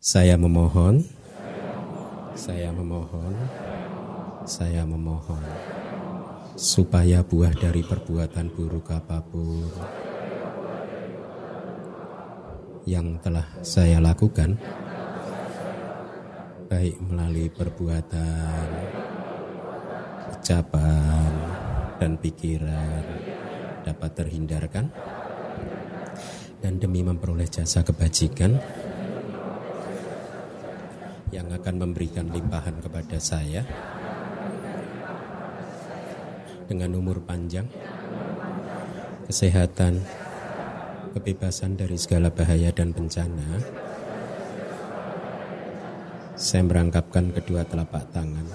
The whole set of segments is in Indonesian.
Saya memohon supaya buah dari perbuatan buruk apapun yang telah saya lakukan, baik melalui perbuatan, ucapan, dan pikiran, dapat terhindarkan, dan demi memperoleh jasa kebajikan yang akan memberikan limpahan kepada saya dengan umur panjang, kesehatan, kebebasan dari segala bahaya dan bencana. Saya merangkapkan kedua telapak tangan,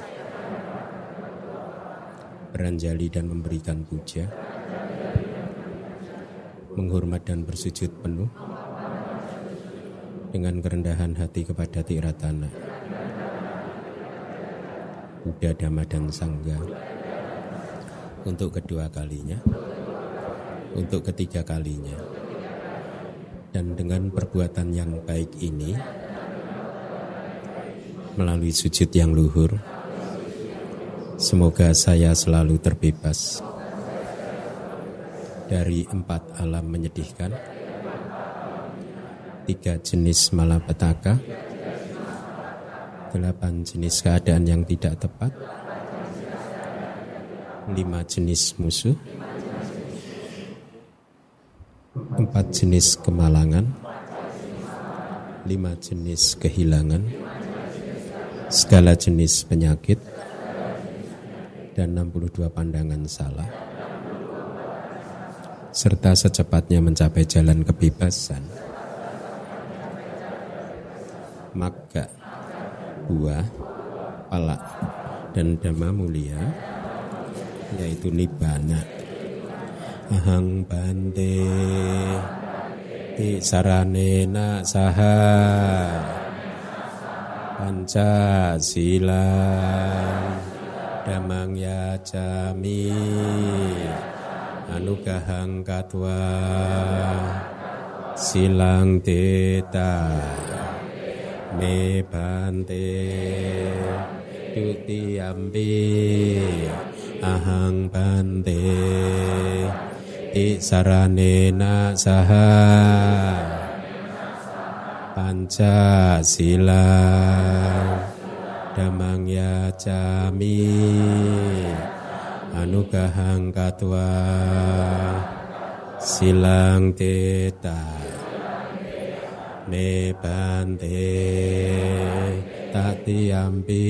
beranjali dan memberikan puja, menghormat dan bersujud penuh dengan kerendahan hati kepada Tiratana, Buddha, Dhamma, dan Sangha, untuk kedua kalinya, untuk ketiga kalinya. Dan dengan perbuatan yang baik ini, melalui sujud yang luhur, semoga saya selalu terbebas dari 4 alam menyedihkan, 3 jenis malapetaka, 8 jenis keadaan yang tidak tepat, 5 jenis musuh, 4 jenis kemalangan, 5 jenis kehilangan, segala jenis penyakit, dan 62 pandangan salah, serta secepatnya mencapai jalan kebebasan, maka buah, pala, dan dhamma mulia, yaitu nibbana. Ahang bante ti saranena saha pancasila dhammang yacami anugahang katwa silang teta me bante dutiyampi ahang bante ti saranena saha pancasila dhammang yacami anugahang katwa silang teta me bante tatiyampi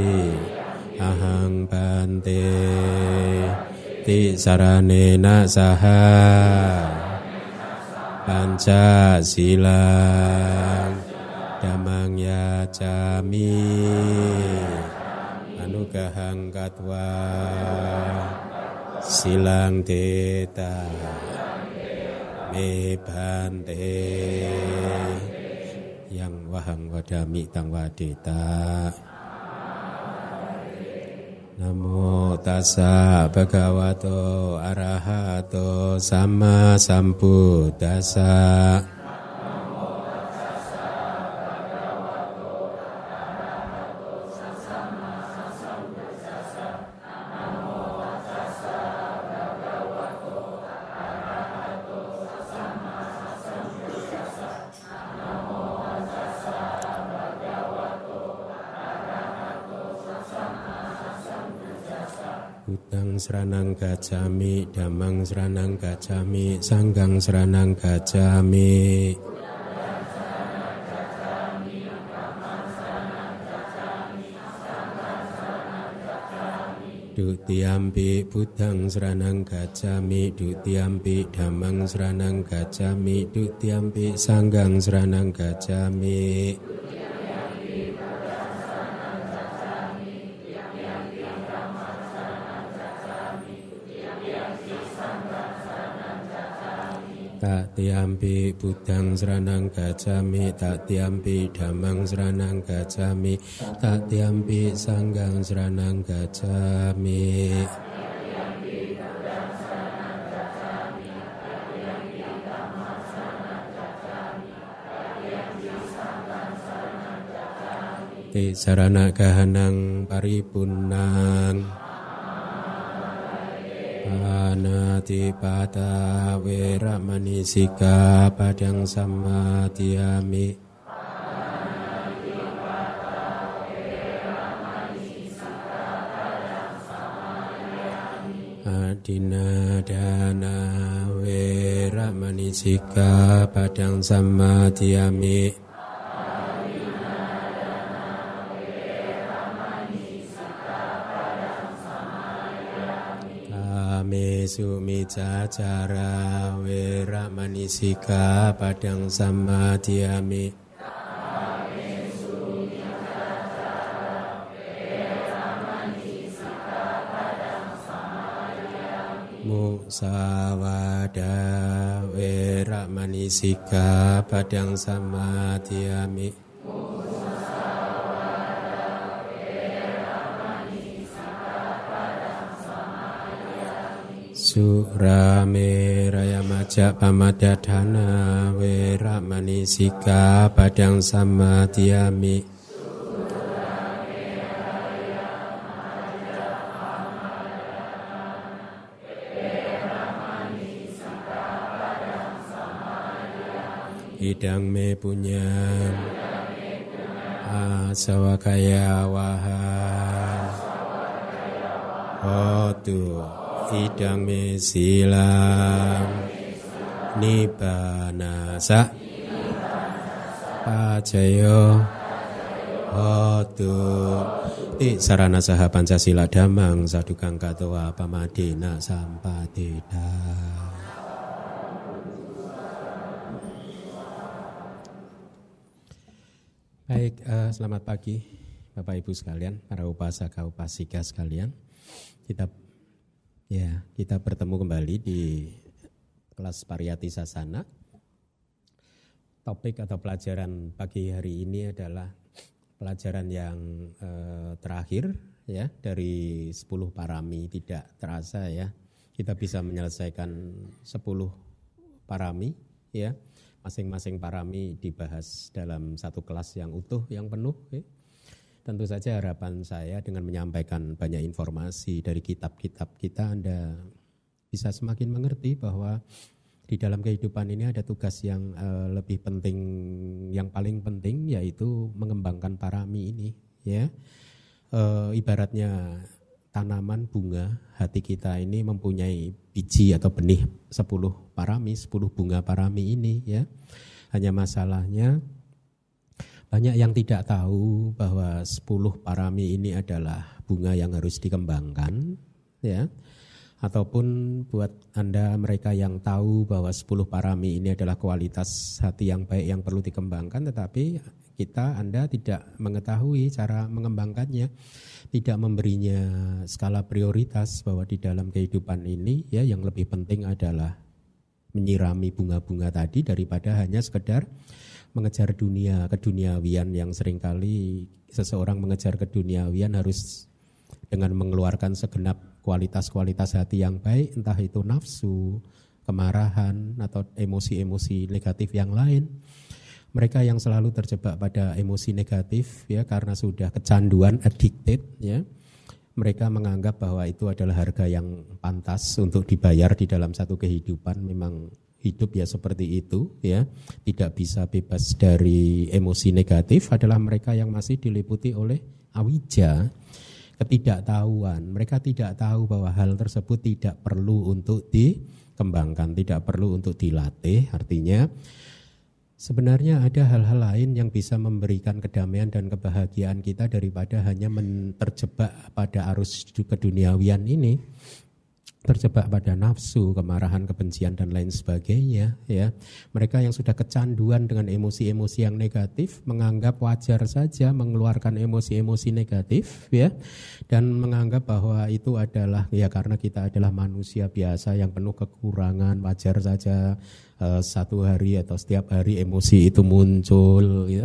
ahang bante ti saranena saha pancasila dhammang yacami anugahang katwa silang teta me bante yang wahang wadami tang wadeta. Namo tassa bhagavato arahato sama sambuddhassa. Buddhang saranang gacchami, dhammang saranang gacchami, sanghang saranang gacchami. Dutiyampi buddhang saranang gacchami, dutiyampi dhammang saranang gacchami, dutiyampi sanghang saranang gacchami. Tatiyampi buddhang saranang gacchami, tatiyampi dhammang saranang gacchami, tatiyampi sanghang saranang gacchami. Ti sarana kahanang paripunnang Panati pata weramani sikkhapadang sammadiyami Adina dana weramani sikkhapadang sammadiyami Kamesu micacara weramani sikkhapadang sammadiyami Musawada weramani sikkhapadang sammadiyami Suramera maja pamadadhana weramani sikkhapadang sammadiyami Idang me punyam asawakaya wahan hotu idang me silam nibbanasa pacayo hotu ti sarana saha pancasila damang sadukang katowa pamadina sampadeda. Baik, selamat pagi Bapak Ibu sekalian, para upasaka upasika sekalian. Kita bertemu kembali di kelas Pariyati Sasana. Topik atau pelajaran pagi hari ini adalah pelajaran yang terakhir ya dari 10 parami. Tidak terasa ya, kita bisa menyelesaikan 10 parami ya. Masing-masing parami dibahas dalam satu kelas yang utuh, yang penuh. Ya. Tentu saja harapan saya dengan menyampaikan banyak informasi dari kitab-kitab kita, Anda bisa semakin mengerti bahwa di dalam kehidupan ini ada tugas yang lebih penting, yang paling penting yaitu mengembangkan parami ini. Ya, ibaratnya tanaman bunga, hati kita ini mempunyai biji atau benih 10 parami, 10 bunga parami ini ya. Hanya masalahnya banyak yang tidak tahu bahwa 10 parami ini adalah bunga yang harus dikembangkan ya. Ataupun buat Anda mereka yang tahu bahwa 10 parami ini adalah kualitas hati yang baik yang perlu dikembangkan, tetapi Anda tidak mengetahui cara mengembangkannya, tidak memberinya skala prioritas bahwa di dalam kehidupan ini ya yang lebih penting adalah menyirami bunga-bunga tadi daripada hanya sekedar mengejar dunia, keduniawian yang seringkali seseorang mengejar keduniawian harus dengan mengeluarkan segenap kualitas-kualitas hati yang baik, entah itu nafsu, kemarahan atau emosi-emosi negatif yang lain. Mereka yang selalu terjebak pada emosi negatif ya karena sudah kecanduan, addicted ya. Mereka menganggap bahwa itu adalah harga yang pantas untuk dibayar di dalam satu kehidupan. Memang hidup ya seperti itu ya. Tidak bisa bebas dari emosi negatif adalah mereka yang masih diliputi oleh awija, ketidaktahuan. Mereka tidak tahu bahwa hal tersebut tidak perlu untuk dikembangkan, tidak perlu untuk dilatih. Artinya sebenarnya ada hal-hal lain yang bisa memberikan kedamaian dan kebahagiaan kita daripada hanya terjebak pada arus keduniawian ini, terjebak pada nafsu, kemarahan, kebencian dan lain sebagainya ya. Mereka yang sudah kecanduan dengan emosi-emosi yang negatif menganggap wajar saja mengeluarkan emosi-emosi negatif ya, dan menganggap bahwa itu adalah ya karena kita adalah manusia biasa yang penuh kekurangan, wajar saja satu hari atau setiap hari emosi itu muncul ya.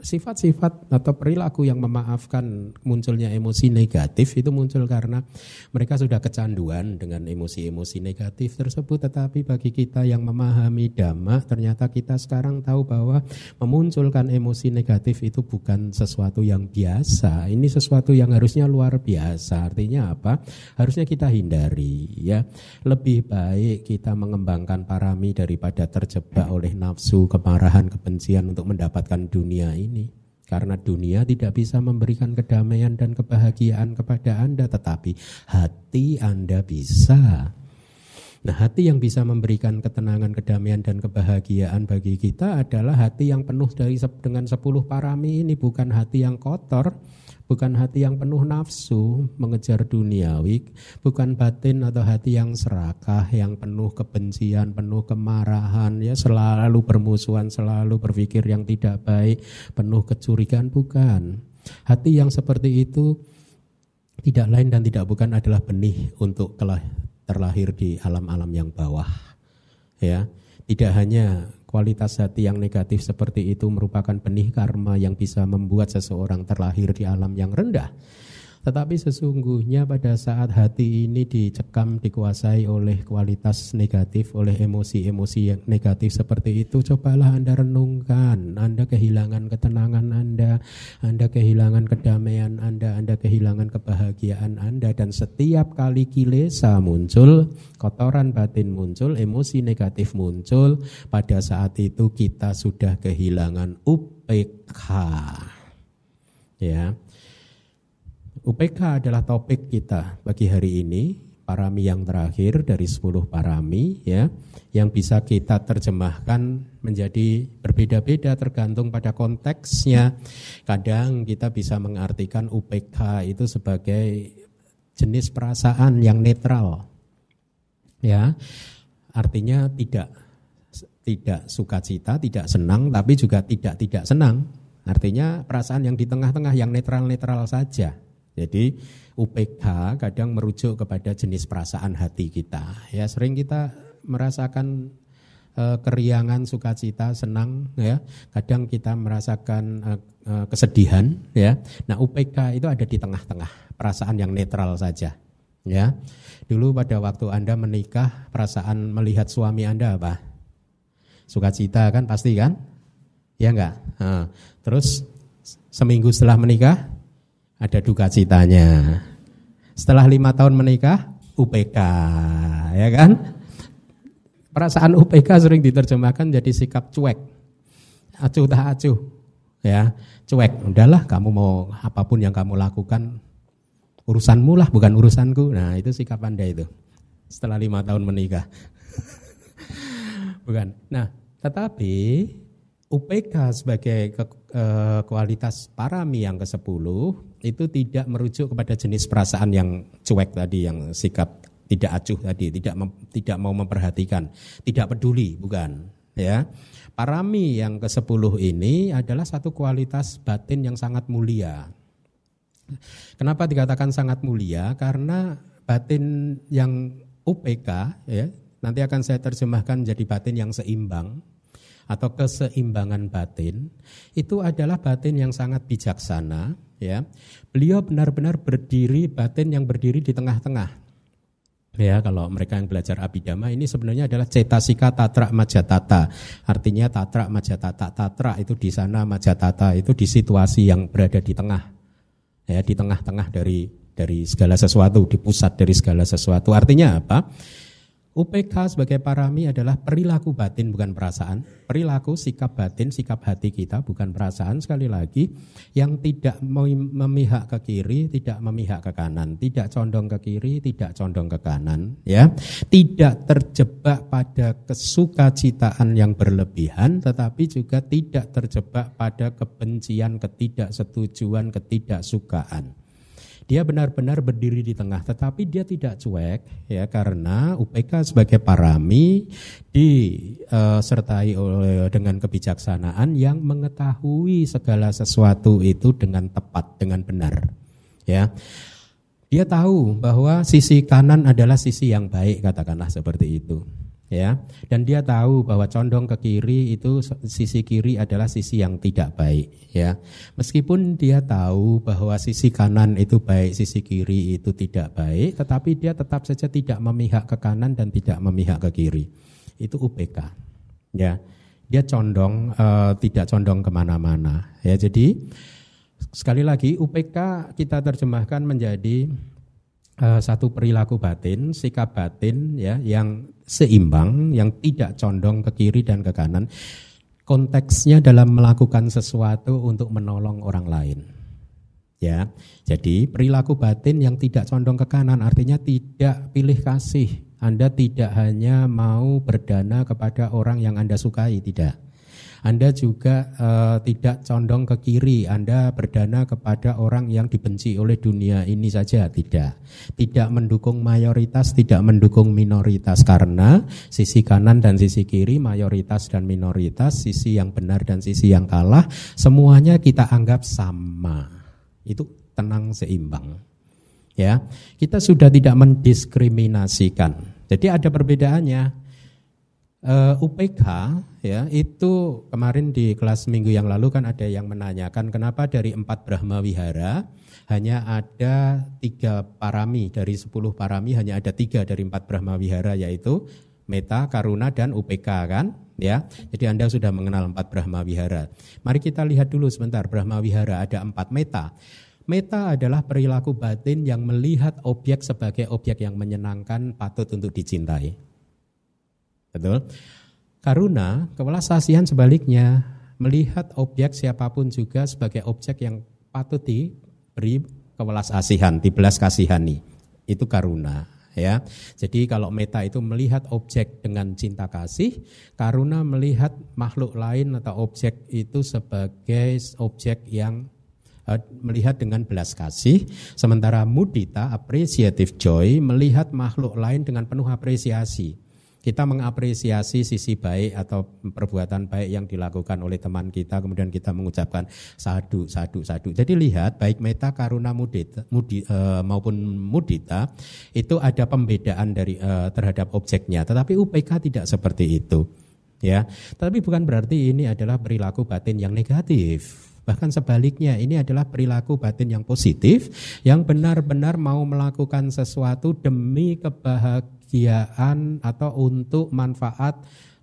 sifat-sifat atau perilaku yang memaafkan munculnya emosi negatif itu muncul karena mereka sudah kecanduan dengan emosi-emosi negatif tersebut. Tetapi bagi kita yang memahami Dhamma, ternyata kita sekarang tahu bahwa memunculkan emosi negatif itu bukan sesuatu yang biasa. Ini sesuatu yang harusnya luar biasa. Artinya apa? Harusnya kita hindari, ya. Lebih baik kita mengembangkan parami daripada terjebak oleh nafsu, kemarahan, kebencian untuk mendapatkan dunia ini. Karena dunia tidak bisa memberikan kedamaian dan kebahagiaan kepada Anda, tetapi hati Anda bisa. Nah, hati yang bisa memberikan ketenangan, kedamaian dan kebahagiaan bagi kita adalah hati yang penuh dengan 10 parami ini, bukan hati yang kotor, bukan hati yang penuh nafsu, mengejar duniawi, bukan batin atau hati yang serakah, yang penuh kebencian, penuh kemarahan, ya selalu bermusuhan, selalu berpikir yang tidak baik, penuh kecurigaan, bukan. Hati yang seperti itu tidak lain dan tidak bukan adalah benih untuk terlahir di alam-alam yang bawah. Ya, tidak hanya kualitas hati yang negatif seperti itu merupakan benih karma yang bisa membuat seseorang terlahir di alam yang rendah, tetapi sesungguhnya pada saat hati ini dicekam, dikuasai oleh kualitas negatif, oleh emosi-emosi yang negatif seperti itu, cobalah Anda renungkan. Anda kehilangan ketenangan Anda kehilangan kedamaian Anda kehilangan kebahagiaan Anda. Dan setiap kali kilesa muncul, kotoran batin muncul, emosi negatif muncul, pada saat itu kita sudah kehilangan upekha. Ya. UPK adalah topik kita bagi hari ini, parami yang terakhir dari 10 parami, ya, yang bisa kita terjemahkan menjadi berbeda-beda tergantung pada konteksnya. Kadang kita bisa mengartikan UPK itu sebagai jenis perasaan yang netral, ya, artinya tidak sukacita, tidak senang, tapi juga tidak senang. Artinya perasaan yang di tengah-tengah, yang netral-netral saja. Jadi UPK kadang merujuk kepada jenis perasaan hati kita. Ya, sering kita merasakan keriangan, sukacita, senang, ya. Kadang kita merasakan kesedihan, ya. Nah, UPK itu ada di tengah-tengah, perasaan yang netral saja, ya. Dulu pada waktu Anda menikah, perasaan melihat suami Anda apa? Sukacita kan, pasti kan? Ya enggak? Nah, terus seminggu setelah menikah ada duka citanya. Setelah 5 tahun menikah, UPK, ya kan? Perasaan UPK sering diterjemahkan jadi sikap cuek, acuh tak acuh, ya, cuek. Udahlah, kamu mau apapun yang kamu lakukan, urusanmu lah, bukan urusanku. Nah, itu sikap Anda itu. Setelah 5 tahun menikah, bukan. Nah, tetapi UPK sebagai kualitas parami yang ke-10 itu tidak merujuk kepada jenis perasaan yang cuek tadi, yang sikap tidak acuh tadi, tidak mau memperhatikan, tidak peduli, bukan, ya. Parami yang ke-10 ini adalah satu kualitas batin yang sangat mulia. Kenapa dikatakan sangat mulia? Karena batin yang UPK, ya, nanti akan saya terjemahkan jadi batin yang seimbang atau keseimbangan batin, itu adalah batin yang sangat bijaksana, ya. Beliau benar-benar berdiri, batin yang berdiri di tengah-tengah. Ya, kalau mereka yang belajar Abhidhamma, ini sebenarnya adalah cetasika tatra majatata. Artinya tatra majatata, tatra itu di sana, majatata itu di situasi yang berada di tengah. Ya, di tengah-tengah dari segala sesuatu, di pusat dari segala sesuatu. Artinya apa? UPK sebagai parami adalah perilaku batin, bukan perasaan. Perilaku, sikap batin, sikap hati kita, bukan perasaan. Sekali lagi, yang tidak memihak ke kiri, tidak memihak ke kanan, tidak condong ke kiri, tidak condong ke kanan, ya. Tidak terjebak pada kesukacitaan yang berlebihan, tetapi juga tidak terjebak pada kebencian, ketidaksetujuan, ketidaksukaan. Dia benar-benar berdiri di tengah, tetapi dia tidak cuek, ya, karena UPK sebagai parami disertai dengan kebijaksanaan yang mengetahui segala sesuatu itu dengan tepat, dengan benar, ya. Dia tahu bahwa sisi kanan adalah sisi yang baik, katakanlah seperti itu, Ya, dan dia tahu bahwa condong ke kiri itu sisi kiri adalah sisi yang tidak baik, ya. Meskipun dia tahu bahwa sisi kanan itu baik, sisi kiri itu tidak baik, tetapi dia tetap saja tidak memihak ke kanan dan tidak memihak ke kiri. Itu UPK, ya. Dia condong, tidak condong kemana-mana, ya. Jadi sekali lagi UPK kita terjemahkan menjadi satu perilaku batin, sikap batin ya yang seimbang, yang tidak condong ke kiri dan ke kanan. Konteksnya dalam melakukan sesuatu untuk menolong orang lain. Ya. Jadi perilaku batin yang tidak condong ke kanan artinya tidak pilih kasih. Anda tidak hanya mau berdana kepada orang yang Anda sukai, tidak. Anda juga tidak condong ke kiri, Anda berdana kepada orang yang dibenci oleh dunia ini saja, tidak. Tidak mendukung mayoritas, tidak mendukung minoritas, karena sisi kanan dan sisi kiri, mayoritas dan minoritas, sisi yang benar dan sisi yang kalah, semuanya kita anggap sama. Itu tenang seimbang. Ya, kita sudah tidak mendiskriminasikan. Jadi ada perbedaannya. UPK ya itu kemarin di kelas minggu yang lalu kan ada yang menanyakan kenapa dari 4 Brahma Wihara hanya ada 3 parami, dari 10 parami hanya ada 3 dari 4 Brahma Wihara, yaitu Metta, Karuna dan UPK kan ya. Jadi Anda sudah mengenal 4 Brahma Wihara. Mari kita lihat dulu sebentar Brahma Wihara, ada 4 Metta. Metta adalah perilaku batin yang melihat objek sebagai objek yang menyenangkan, patut untuk dicintai. Betul. Karuna, kewelas kasihan sebaliknya, melihat objek siapapun juga sebagai objek yang patut diberi kewelas kasihan, dibelas kasihani. Itu karuna, ya. Jadi kalau metta itu melihat objek dengan cinta kasih, karuna melihat makhluk lain atau objek itu sebagai objek yang melihat dengan belas kasih, sementara mudita, appreciative joy, melihat makhluk lain dengan penuh apresiasi. Kita mengapresiasi sisi baik atau perbuatan baik yang dilakukan oleh teman kita, kemudian kita mengucapkan sadu, sadu, sadu. Jadi lihat, baik metta, karuna, maupun mudita, itu ada pembedaan dari terhadap objeknya. Tetapi UPK tidak seperti itu. Ya, tetapi bukan berarti ini adalah perilaku batin yang negatif. Bahkan sebaliknya, ini adalah perilaku batin yang positif, yang benar-benar mau melakukan sesuatu demi kebahagiaan atau untuk manfaat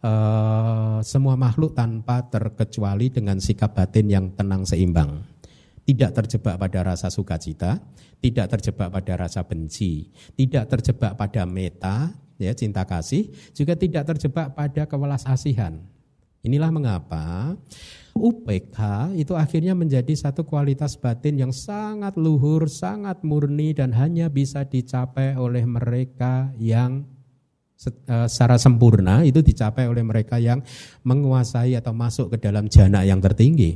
semua makhluk tanpa terkecuali dengan sikap batin yang tenang seimbang. Tidak terjebak pada rasa sukacita, tidak terjebak pada rasa benci, tidak terjebak pada metta, ya, cinta kasih, juga tidak terjebak pada kewelas kasihan. Inilah mengapa UPK itu akhirnya menjadi satu kualitas batin yang sangat luhur, sangat murni, dan hanya bisa dicapai oleh mereka yang secara sempurna, itu dicapai oleh mereka yang menguasai atau masuk ke dalam jana yang tertinggi,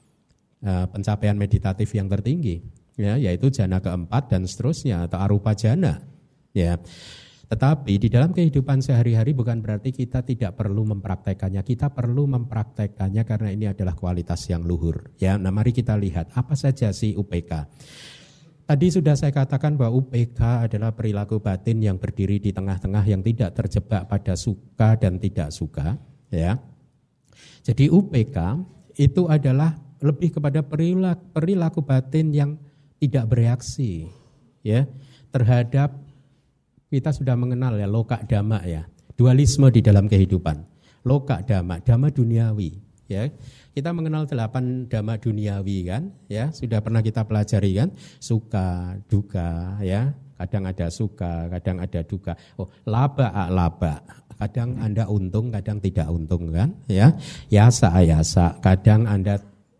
pencapaian meditatif yang tertinggi, ya, yaitu jana keempat dan seterusnya, atau arupa jana, ya. Tetapi di dalam kehidupan sehari-hari bukan berarti kita tidak perlu mempraktekannya. Kita perlu mempraktekannya karena ini adalah kualitas yang luhur. Ya, nah mari kita lihat apa saja sih UPK. Tadi sudah saya katakan bahwa UPK adalah perilaku batin yang berdiri di tengah-tengah, yang tidak terjebak pada suka dan tidak suka. Ya, jadi UPK itu adalah lebih kepada perilaku batin yang tidak bereaksi, ya, terhadap. Kita sudah mengenal ya loka dhamma, ya, dualisme di dalam kehidupan. Loka dhamma, dhamma duniawi, ya. Kita mengenal 8 dhamma duniawi kan, ya, sudah pernah kita pelajari kan, suka, duka, ya. Kadang ada suka, kadang ada duka. Oh, laba, laba. Kadang Anda untung, kadang tidak untung kan, ya. Yasa, ayasa. Kadang Anda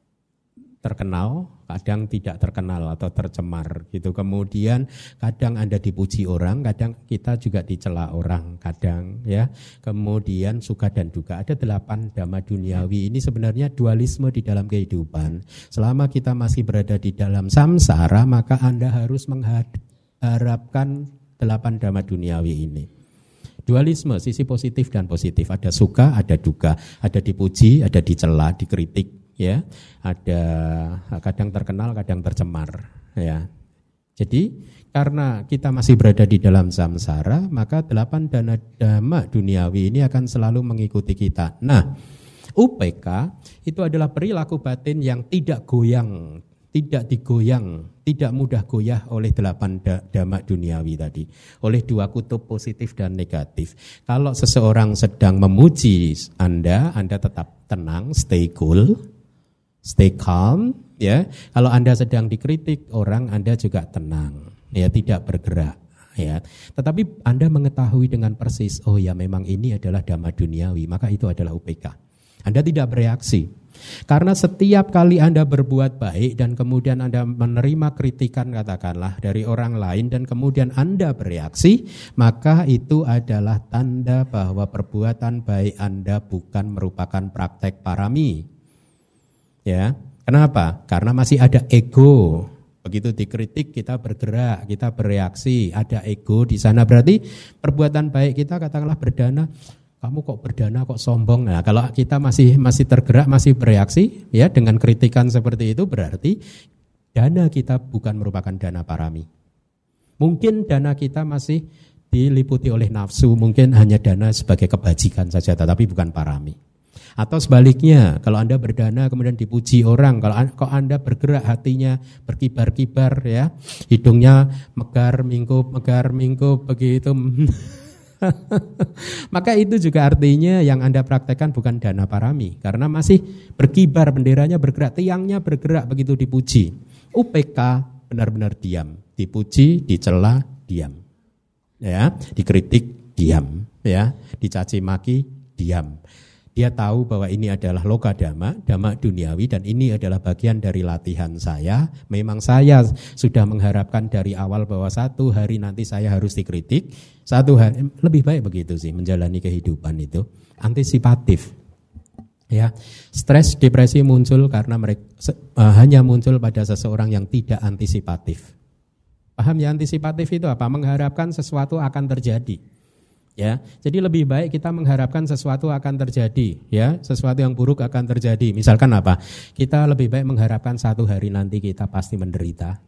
terkenal, kadang tidak terkenal atau tercemar gitu. Kemudian kadang Anda dipuji orang, kadang kita juga dicela orang, kadang ya. Kemudian suka dan duka. Ada 8 dhamma duniawi. Ini sebenarnya dualisme di dalam kehidupan. Selama kita masih berada di dalam samsara, maka Anda harus mengharapkan 8 dhamma duniawi ini. Dualisme, sisi positif dan positif. Ada suka, ada duka, ada dipuji, ada dicela, dikritik. Ya, ada kadang terkenal, kadang tercemar, ya. Jadi karena kita masih berada di dalam samsara, maka 8 dhamma duniawi ini akan selalu mengikuti kita. Nah, UPK itu adalah perilaku batin yang tidak goyang, tidak digoyang, tidak mudah goyah oleh 8 dhamma duniawi tadi, oleh 2 kutub positif dan negatif. Kalau seseorang sedang memuji Anda tetap tenang, stay cool, stay calm, ya. Kalau Anda sedang dikritik orang, Anda juga tenang, ya, tidak bergerak, ya. Tetapi Anda mengetahui dengan persis, oh ya memang ini adalah dhamma duniawi, maka itu adalah UPK. Anda tidak bereaksi. Karena setiap kali Anda berbuat baik dan kemudian Anda menerima kritikan katakanlah dari orang lain dan kemudian Anda bereaksi, maka itu adalah tanda bahwa perbuatan baik Anda bukan merupakan praktek parami. Ya, kenapa? Karena masih ada ego. Begitu dikritik kita bergerak, kita bereaksi, ada ego di sana. Berarti perbuatan baik kita katakanlah berdana, kamu kok berdana, kok sombong. Nah, kalau kita masih tergerak, masih bereaksi ya dengan kritikan seperti itu, berarti dana kita bukan merupakan dana parami. Mungkin dana kita masih diliputi oleh nafsu, mungkin hanya dana sebagai kebajikan saja, tetapi bukan parami. Atau sebaliknya, kalau Anda berdana kemudian dipuji orang, kalau Anda bergerak hatinya berkibar-kibar ya, hidungnya megar mingkup begitu. Maka itu juga artinya yang Anda praktekkan bukan dana parami, karena masih berkibar, benderanya bergerak, tiangnya bergerak begitu dipuji. UPK benar-benar diam, dipuji, dicela, diam. Ya, dikritik, diam, ya, dicaci maki, diam. Dia tahu bahwa ini adalah loka dhamma, dhamma duniawi, dan ini adalah bagian dari latihan saya. Memang saya sudah mengharapkan dari awal bahwa satu hari nanti saya harus dikritik. Satu hari, lebih baik begitu sih menjalani kehidupan itu. Antisipatif. Ya, stres, depresi muncul karena mereka hanya muncul pada seseorang yang tidak antisipatif. Paham ya antisipatif itu apa? Mengharapkan sesuatu akan terjadi. Ya, jadi lebih baik kita mengharapkan sesuatu akan terjadi, ya, sesuatu yang buruk akan terjadi. Misalkan apa? Kita lebih baik mengharapkan satu hari nanti kita pasti menderita,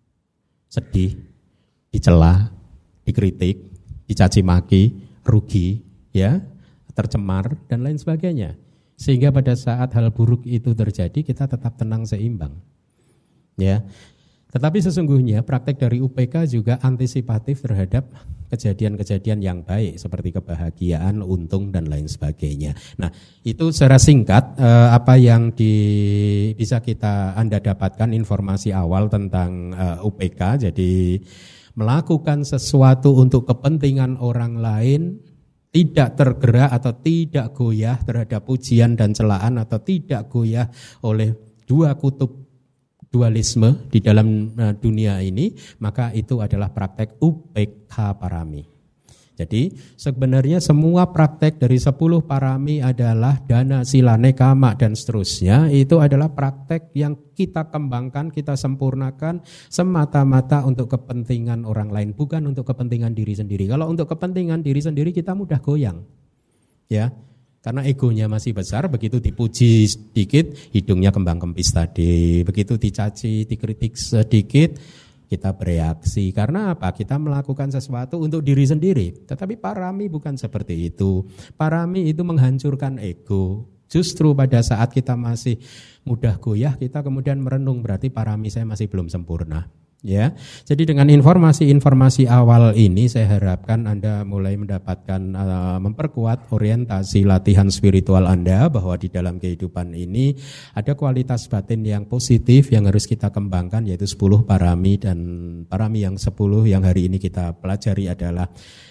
sedih, dicela, dikritik, dicaci maki, rugi, ya, tercemar dan lain sebagainya. Sehingga pada saat hal buruk itu terjadi kita tetap tenang seimbang. Ya. Tetapi sesungguhnya praktek dari UPK juga antisipatif terhadap kejadian-kejadian yang baik seperti kebahagiaan, untung dan lain sebagainya. Nah, itu secara singkat apa yang bisa Anda dapatkan informasi awal tentang UPK. Jadi melakukan sesuatu untuk kepentingan orang lain, tidak tergerak atau tidak goyah terhadap pujian dan celaan atau tidak goyah oleh 2 kutub dualisme di dalam dunia ini, maka itu adalah praktek UPK parami. Jadi sebenarnya semua praktek dari 10 parami adalah dana, sila, nekama dan seterusnya, itu adalah praktek yang kita kembangkan, kita sempurnakan semata-mata untuk kepentingan orang lain, bukan untuk kepentingan diri sendiri. Kalau untuk kepentingan diri sendiri kita mudah goyang. Ya. Karena egonya masih besar, begitu dipuji sedikit, hidungnya kembang kempis tadi. Begitu dicaci, dikritik sedikit, kita bereaksi. Karena apa? Kita melakukan sesuatu untuk diri sendiri. Tetapi parami bukan seperti itu. Parami itu menghancurkan ego. Justru pada saat kita masih mudah goyah, kita kemudian merenung, berarti parami saya masih belum sempurna. Ya, jadi dengan informasi-informasi awal ini saya harapkan Anda mulai mendapatkan memperkuat orientasi latihan spiritual Anda bahwa di dalam kehidupan ini ada kualitas batin yang positif yang harus kita kembangkan, yaitu 10 parami, dan parami yang 10 yang hari ini kita pelajari adalah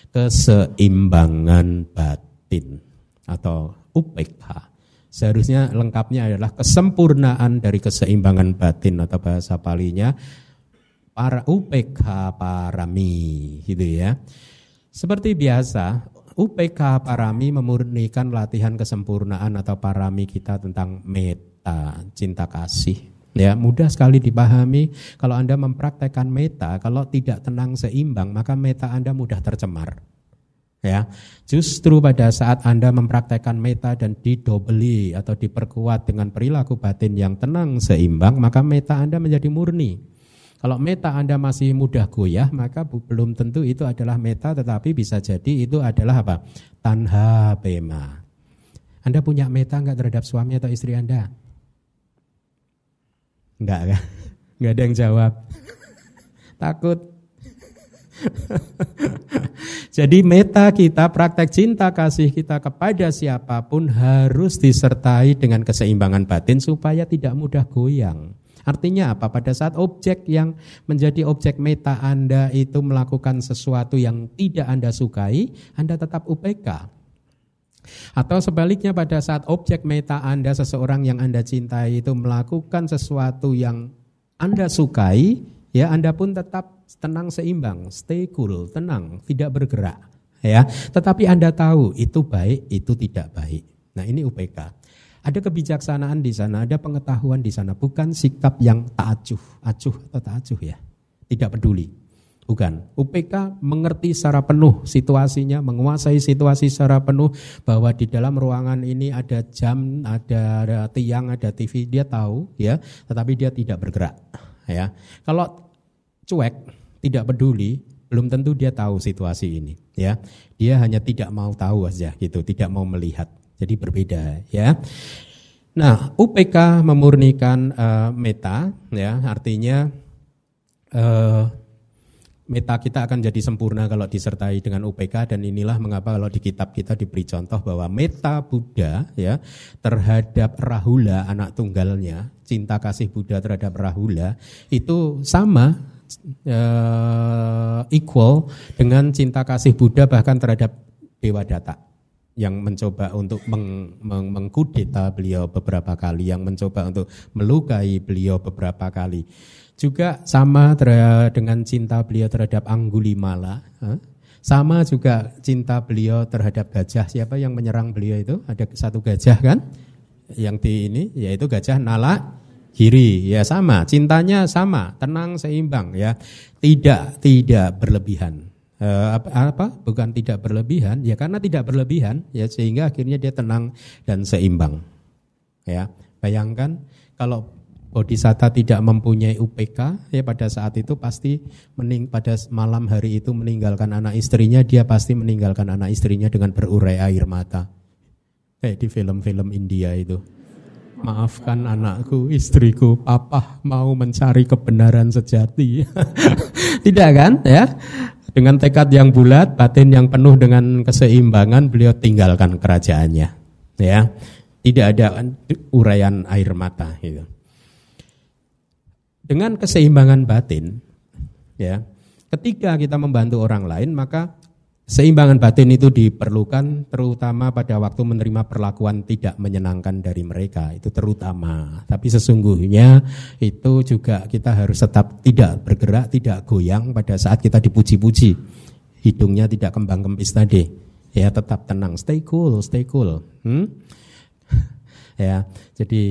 keseimbangan batin atau UPK. Seharusnya lengkapnya adalah kesempurnaan dari keseimbangan batin atau bahasa Palinya para UPK parami, gitu ya. Seperti biasa, UPK parami memurnikan latihan kesempurnaan atau parami kita tentang metta, cinta kasih. Ya, mudah sekali dipahami. Kalau Anda mempraktekkan metta, kalau tidak tenang seimbang, maka metta Anda mudah tercemar. Ya, justru pada saat Anda mempraktekkan metta dan didobeli atau diperkuat dengan perilaku batin yang tenang seimbang, maka metta Anda menjadi murni. Kalau meta Anda masih mudah goyah, maka belum tentu itu adalah meta, tetapi bisa jadi itu adalah apa? Tanha pema. Anda punya meta enggak terhadap suami atau istri Anda? Enggak kan? Enggak ada yang jawab. Takut. Jadi meta kita, praktek cinta kasih kita kepada siapapun harus disertai dengan keseimbangan batin supaya tidak mudah goyang. Artinya apa? Pada saat objek yang menjadi objek meta Anda itu melakukan sesuatu yang tidak Anda sukai, Anda tetap UPK. Atau sebaliknya, pada saat objek meta Anda, seseorang yang Anda cintai itu melakukan sesuatu yang Anda sukai, ya Anda pun tetap tenang seimbang, stay cool, tenang, tidak bergerak, ya. Tetapi Anda tahu itu baik, itu tidak baik. Nah, ini UPK. Ada kebijaksanaan di sana, ada pengetahuan di sana, bukan sikap yang acuh atau ta'acuh ya. Tidak peduli. Bukan. UPK mengerti secara penuh situasinya, menguasai situasi secara penuh, bahwa di dalam ruangan ini ada jam, ada tiang, ada TV, dia tahu ya, tetapi dia tidak bergerak ya. Kalau cuek, tidak peduli, belum tentu dia tahu situasi ini ya. Dia hanya tidak mau tahu aja gitu, tidak mau melihat. Jadi berbeda ya. Nah, UPK memurnikan meta ya, artinya meta kita akan jadi sempurna kalau disertai dengan UPK, dan inilah mengapa kalau di kitab kita diberi contoh bahwa meta Buddha ya terhadap Rahula anak tunggalnya, cinta kasih Buddha terhadap Rahula itu sama equal dengan cinta kasih Buddha bahkan terhadap Dewadatta yang mencoba untuk mengkudeta beliau beberapa kali, yang mencoba untuk melukai beliau beberapa kali. Juga sama dengan cinta beliau terhadap Anggulimala. Sama juga cinta beliau terhadap gajah. Siapa yang menyerang beliau itu? Ada satu gajah kan? Yang di ini yaitu gajah Nalagiri. Ya sama, cintanya sama, tenang seimbang ya. Tidak berlebihan. Bukan tidak berlebihan, ya karena tidak berlebihan ya sehingga akhirnya dia tenang dan seimbang. Ya, bayangkan kalau Bodhisatta tidak mempunyai UPK, ya pada saat itu pasti pada malam hari itu meninggalkan anak istrinya, dia pasti meninggalkan anak istrinya dengan berurai air mata. Kayak di film-film India itu. Maafkan anakku, istriku, papa mau mencari kebenaran sejati. Tidak kan, ya? Dengan tekad yang bulat, batin yang penuh dengan keseimbangan, beliau tinggalkan kerajaannya. Ya, tidak ada uraian air mata. Gitu. Dengan keseimbangan batin, ya, ketika kita membantu orang lain, maka keseimbangan batin itu diperlukan, terutama pada waktu menerima perlakuan tidak menyenangkan dari mereka. Itu terutama. Tapi sesungguhnya itu juga kita harus tetap tidak bergerak, tidak goyang pada saat kita dipuji-puji. Hidungnya tidak kembang-kempis tadi. Ya, tetap tenang, stay cool. Ya, jadi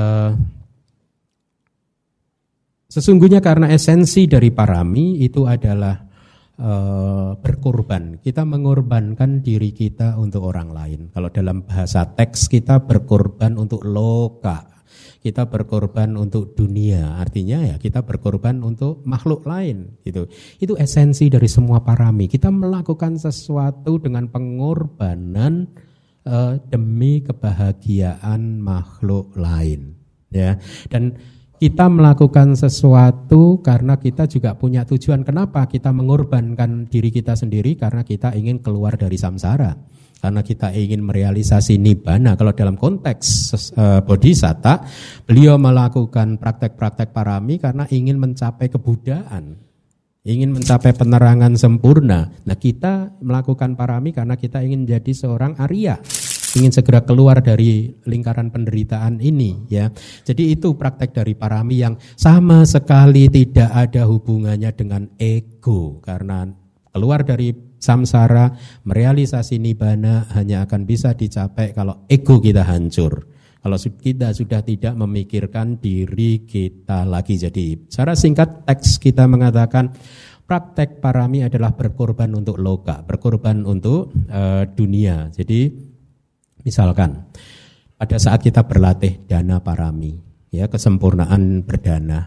sesungguhnya karena esensi dari parami itu adalah berkorban. Kita mengorbankan diri kita untuk orang lain. Kalau dalam bahasa teks kita berkorban untuk loka, kita berkorban untuk dunia. Artinya ya kita berkorban untuk makhluk lain. Gitu. Itu esensi dari semua parami. Kita melakukan sesuatu dengan pengorbanan demi kebahagiaan makhluk lain. Ya, dan kita melakukan sesuatu karena kita juga punya tujuan. Kenapa kita mengorbankan diri kita sendiri? Karena kita ingin keluar dari samsara. Karena kita ingin merealisasi nibbana. Kalau dalam konteks Bodhisatta, beliau melakukan praktek-praktek parami karena ingin mencapai kebudaan. Ingin mencapai penerangan sempurna. Nah, kita melakukan parami karena kita ingin menjadi seorang Arya. Ingin segera keluar dari lingkaran penderitaan ini ya. Jadi itu praktek dari parami yang sama sekali tidak ada hubungannya dengan ego, karena keluar dari samsara, merealisasi nibbana hanya akan bisa dicapai kalau ego kita hancur. Kalau kita sudah tidak memikirkan diri kita lagi. Jadi secara singkat teks kita mengatakan praktek parami adalah berkorban untuk loka, berkorban untuk dunia. Jadi misalkan pada saat kita berlatih dana parami, ya kesempurnaan berdana,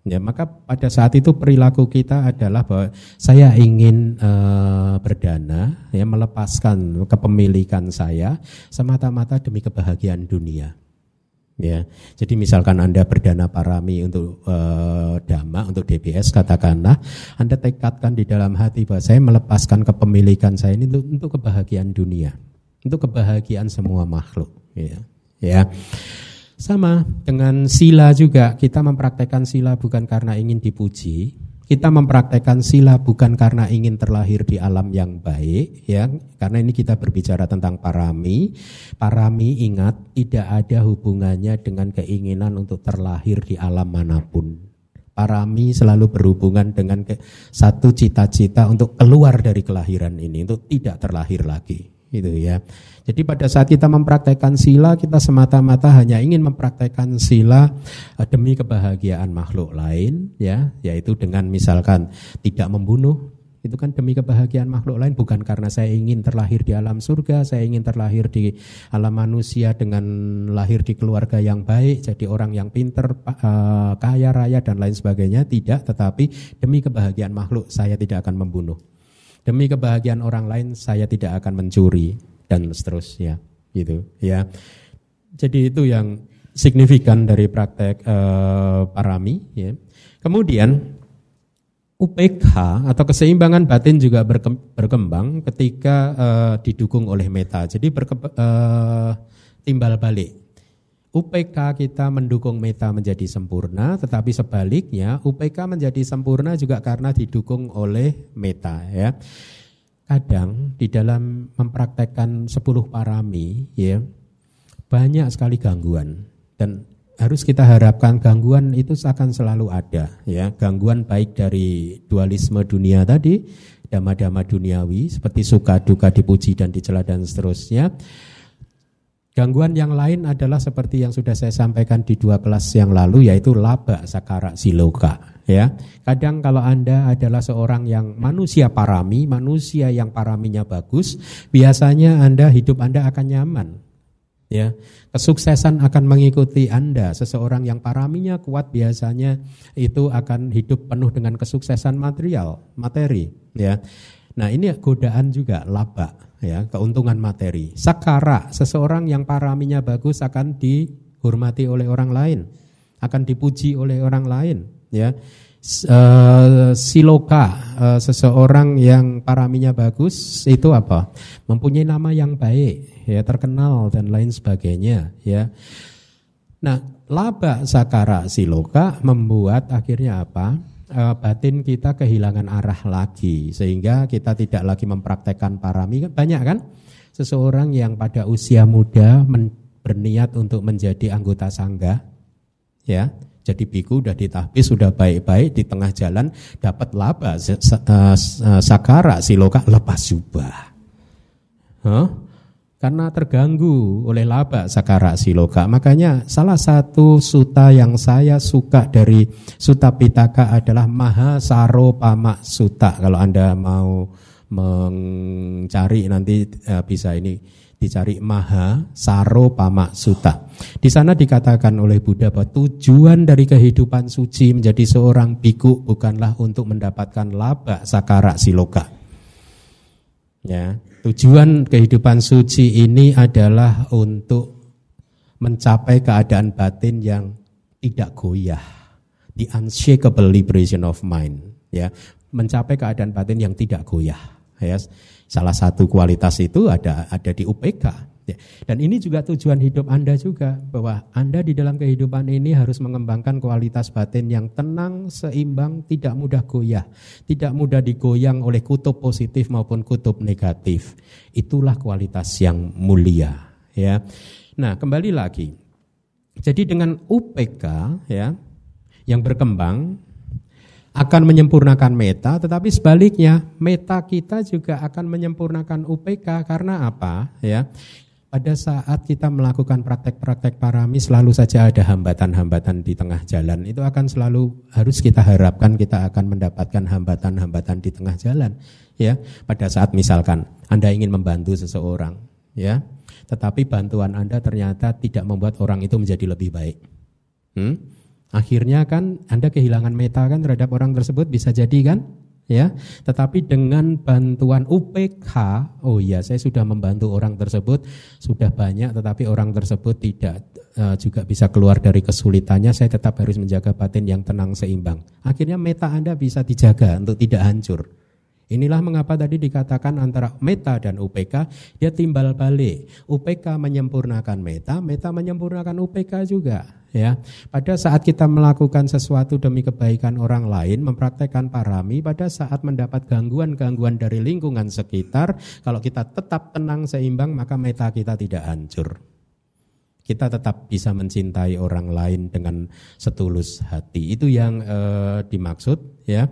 Ya, maka pada saat itu perilaku kita adalah bahwa saya ingin berdana, ya, melepaskan kepemilikan saya semata-mata demi kebahagiaan dunia. Ya, jadi misalkan Anda berdana parami untuk dhamma, untuk DBS, katakanlah Anda tekadkan di dalam hati bahwa saya melepaskan kepemilikan saya ini untuk kebahagiaan dunia, untuk kebahagiaan semua makhluk. Ya. Sama dengan sila juga, kita mempraktekkan sila bukan karena ingin dipuji, kita mempraktekkan sila bukan karena ingin terlahir di alam yang baik, ya. Karena ini kita berbicara tentang parami. Parami, ingat, tidak ada hubungannya dengan keinginan untuk terlahir di alam manapun. Parami selalu berhubungan dengan satu cita-cita untuk keluar dari kelahiran ini, untuk tidak terlahir lagi. Gitu ya. Jadi pada saat kita mempraktekkan sila, kita semata-mata hanya ingin mempraktekkan sila demi kebahagiaan makhluk lain, ya, yaitu dengan misalkan tidak membunuh, itu kan demi kebahagiaan makhluk lain, bukan karena saya ingin terlahir di alam surga, saya ingin terlahir di alam manusia dengan lahir di keluarga yang baik, jadi orang yang pinter, kaya raya dan lain sebagainya, tidak, tetapi demi kebahagiaan makhluk saya tidak akan membunuh. Demi kebahagiaan orang lain saya tidak akan mencuri dan seterusnya, gitu ya. Jadi itu yang signifikan dari praktek parami, ya. Kemudian UPK atau keseimbangan batin juga berkembang ketika didukung oleh meta. Jadi timbal balik. UPK kita mendukung meta menjadi sempurna, tetapi sebaliknya UPK menjadi sempurna juga karena didukung oleh meta, ya. Kadang di dalam mempraktekkan 10 parami, ya, banyak sekali gangguan, dan harus kita harapkan gangguan itu akan selalu ada, ya. Gangguan baik dari dualisme dunia tadi, dhamma-dhamma duniawi seperti suka, duka, dipuji dan dicela dan seterusnya. Gangguan yang lain adalah seperti yang sudah saya sampaikan di 2 kelas yang lalu, yaitu laba, sakara, siloka. Ya, kadang kalau Anda adalah seorang yang manusia parami, manusia yang paraminya bagus, biasanya hidup Anda akan nyaman. Ya, kesuksesan akan mengikuti Anda. Seseorang yang paraminya kuat biasanya itu akan hidup penuh dengan kesuksesan materi. Ya, nah ini godaan juga laba. Ya, keuntungan materi. Sakara, seseorang yang paraminya bagus akan dihormati oleh orang lain, akan dipuji oleh orang lain, ya. Siloka, seseorang yang paraminya bagus itu apa? Mempunyai nama yang baik, ya, terkenal dan lain sebagainya, ya. Nah, laba, sakara, siloka membuat akhirnya apa? Batin kita kehilangan arah lagi, sehingga kita tidak lagi mempraktekkan parami. Banyak kan seseorang yang pada usia muda berniat untuk menjadi anggota sangga, ya, jadi biku, udah ditahbis, sudah baik-baik, di tengah jalan dapat laba, sakara, siloka, lepas jubah. Karena terganggu oleh laba, sakara, siloka. Makanya salah satu sutta yang saya suka dari Sutta Pitaka adalah Mahasaropama Sutta. Kalau Anda mau mencari nanti bisa ini dicari Mahasaropama Sutta. Di sana dikatakan oleh Buddha bahwa tujuan dari kehidupan suci menjadi seorang biku bukanlah untuk mendapatkan laba, sakara, siloka. Ya, tujuan kehidupan suci ini adalah untuk mencapai keadaan batin yang tidak goyah, the unshakable liberation of mind, ya, mencapai keadaan batin yang tidak goyah, ya. Salah satu kualitas itu ada di UPK, ya. Dan ini juga tujuan hidup Anda juga, bahwa Anda di dalam kehidupan ini harus mengembangkan kualitas batin yang tenang, seimbang, tidak mudah goyah, tidak mudah digoyang oleh kutub positif maupun kutub negatif. Itulah kualitas yang mulia, ya. Nah, kembali lagi. Jadi dengan UPK, ya, yang berkembang akan menyempurnakan meta, tetapi sebaliknya meta kita juga akan menyempurnakan UPK. Karena apa, ya? Pada saat kita melakukan praktek-praktek parami selalu saja ada hambatan-hambatan di tengah jalan. Itu akan selalu harus kita harapkan kita akan mendapatkan hambatan-hambatan di tengah jalan, ya. Pada saat misalkan Anda ingin membantu seseorang, ya, tetapi bantuan Anda ternyata tidak membuat orang itu menjadi lebih baik. Akhirnya kan Anda kehilangan meta kan terhadap orang tersebut, bisa jadi kan? Ya, tetapi dengan bantuan UPK, oh iya saya sudah membantu orang tersebut sudah banyak, tetapi orang tersebut tidak juga bisa keluar dari kesulitannya, saya tetap harus menjaga batin yang tenang seimbang. Akhirnya meta Anda bisa dijaga untuk tidak hancur. Inilah mengapa tadi dikatakan antara meta dan UPK dia timbal balik. UPK menyempurnakan meta, meta menyempurnakan UPK juga. Ya, pada saat kita melakukan sesuatu demi kebaikan orang lain, mempraktekkan parami, pada saat mendapat gangguan-gangguan dari lingkungan sekitar, kalau kita tetap tenang seimbang, maka meta kita tidak hancur. Kita tetap bisa mencintai orang lain dengan setulus hati. Itu yang dimaksud, ya.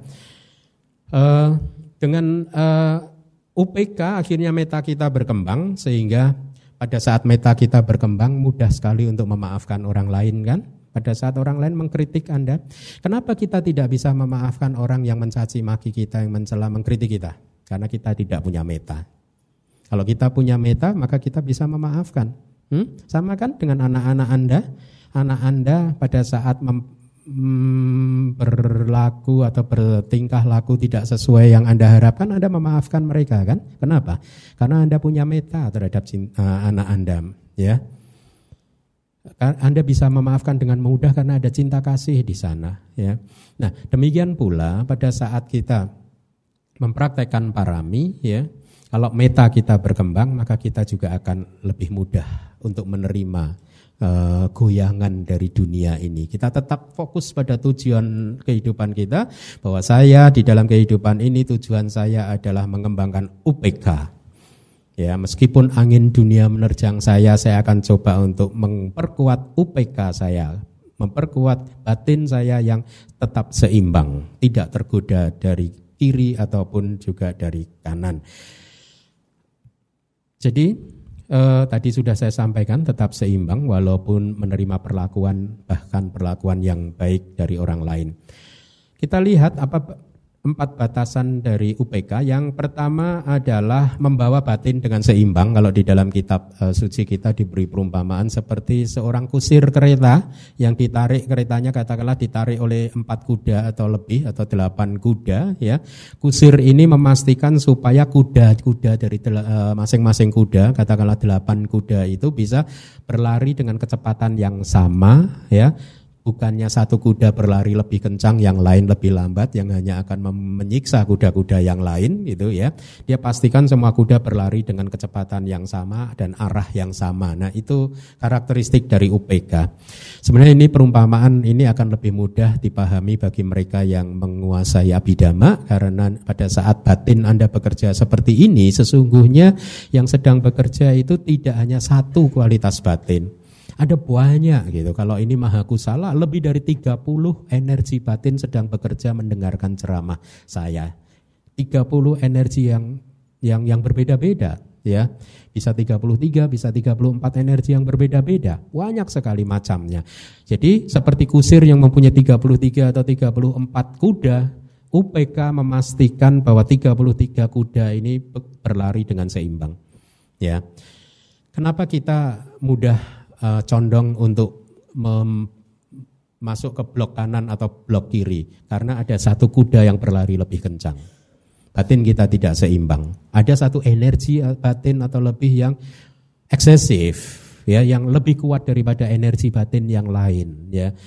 Dengan UPK akhirnya meta kita berkembang, sehingga pada saat meta kita berkembang mudah sekali untuk memaafkan orang lain kan. Pada saat orang lain mengkritik Anda, kenapa kita tidak bisa memaafkan orang yang mencaci maki kita, yang mencela, mengkritik kita? Karena kita tidak punya meta. Kalau kita punya meta, maka kita bisa memaafkan. Sama kan dengan anak-anak Anda? Anak Anda pada saat berlaku atau bertingkah laku tidak sesuai yang Anda harapkan, Anda memaafkan mereka kan? Kenapa? Karena Anda punya meta terhadap anak Anda, ya. Anda bisa memaafkan dengan mudah karena ada cinta kasih di sana, ya. Nah, demikian pula pada saat kita mempraktekkan parami, ya. Kalau meta kita berkembang, maka kita juga akan lebih mudah untuk menerima goyangan dari dunia ini. Kita tetap fokus pada tujuan kehidupan kita, bahwa saya di dalam kehidupan ini tujuan saya adalah mengembangkan UPK. Ya, meskipun angin dunia menerjang saya akan coba untuk memperkuat UPK saya, memperkuat batin saya yang tetap seimbang, tidak tergoda dari kiri ataupun juga dari kanan. Jadi tadi sudah saya sampaikan, tetap seimbang walaupun menerima perlakuan, bahkan perlakuan yang baik dari orang lain. Kita lihat 4 batasan dari UPK. Yang pertama adalah membawa batin dengan seimbang. Kalau di dalam kitab suci kita diberi perumpamaan seperti seorang kusir kereta yang ditarik, keretanya katakanlah ditarik oleh 4 kuda atau lebih atau 8 kuda, ya. Kusir ini memastikan supaya kuda-kuda dari masing-masing kuda, katakanlah 8 kuda itu bisa berlari dengan kecepatan yang sama, ya. Bukannya satu kuda berlari lebih kencang, yang lain lebih lambat, yang hanya akan menyiksa kuda-kuda yang lain, gitu ya. Dia pastikan semua kuda berlari dengan kecepatan yang sama dan arah yang sama. Nah, itu karakteristik dari UPK. Sebenarnya ini perumpamaan ini akan lebih mudah dipahami bagi mereka yang menguasai abhidhamma, karena pada saat batin Anda bekerja seperti ini, sesungguhnya yang sedang bekerja itu tidak hanya satu kualitas batin. Ada banyak gitu. Kalau ini Mahakusala, lebih dari 30 energi batin sedang bekerja mendengarkan ceramah saya. 30 energi yang berbeda-beda, ya. Bisa 33, bisa 34 energi yang berbeda-beda. Banyak sekali macamnya. Jadi seperti kusir yang mempunyai 33 atau 34 kuda, UPK memastikan bahwa 33 kuda ini berlari dengan seimbang, ya. Kenapa kita mudah condong untuk masuk ke blok kanan atau blok kiri? Karena ada satu kuda yang berlari lebih kencang. Batin kita tidak seimbang. Ada satu energi batin atau lebih yang eksesif, ya, yang lebih kuat daripada energi batin yang lain, ya.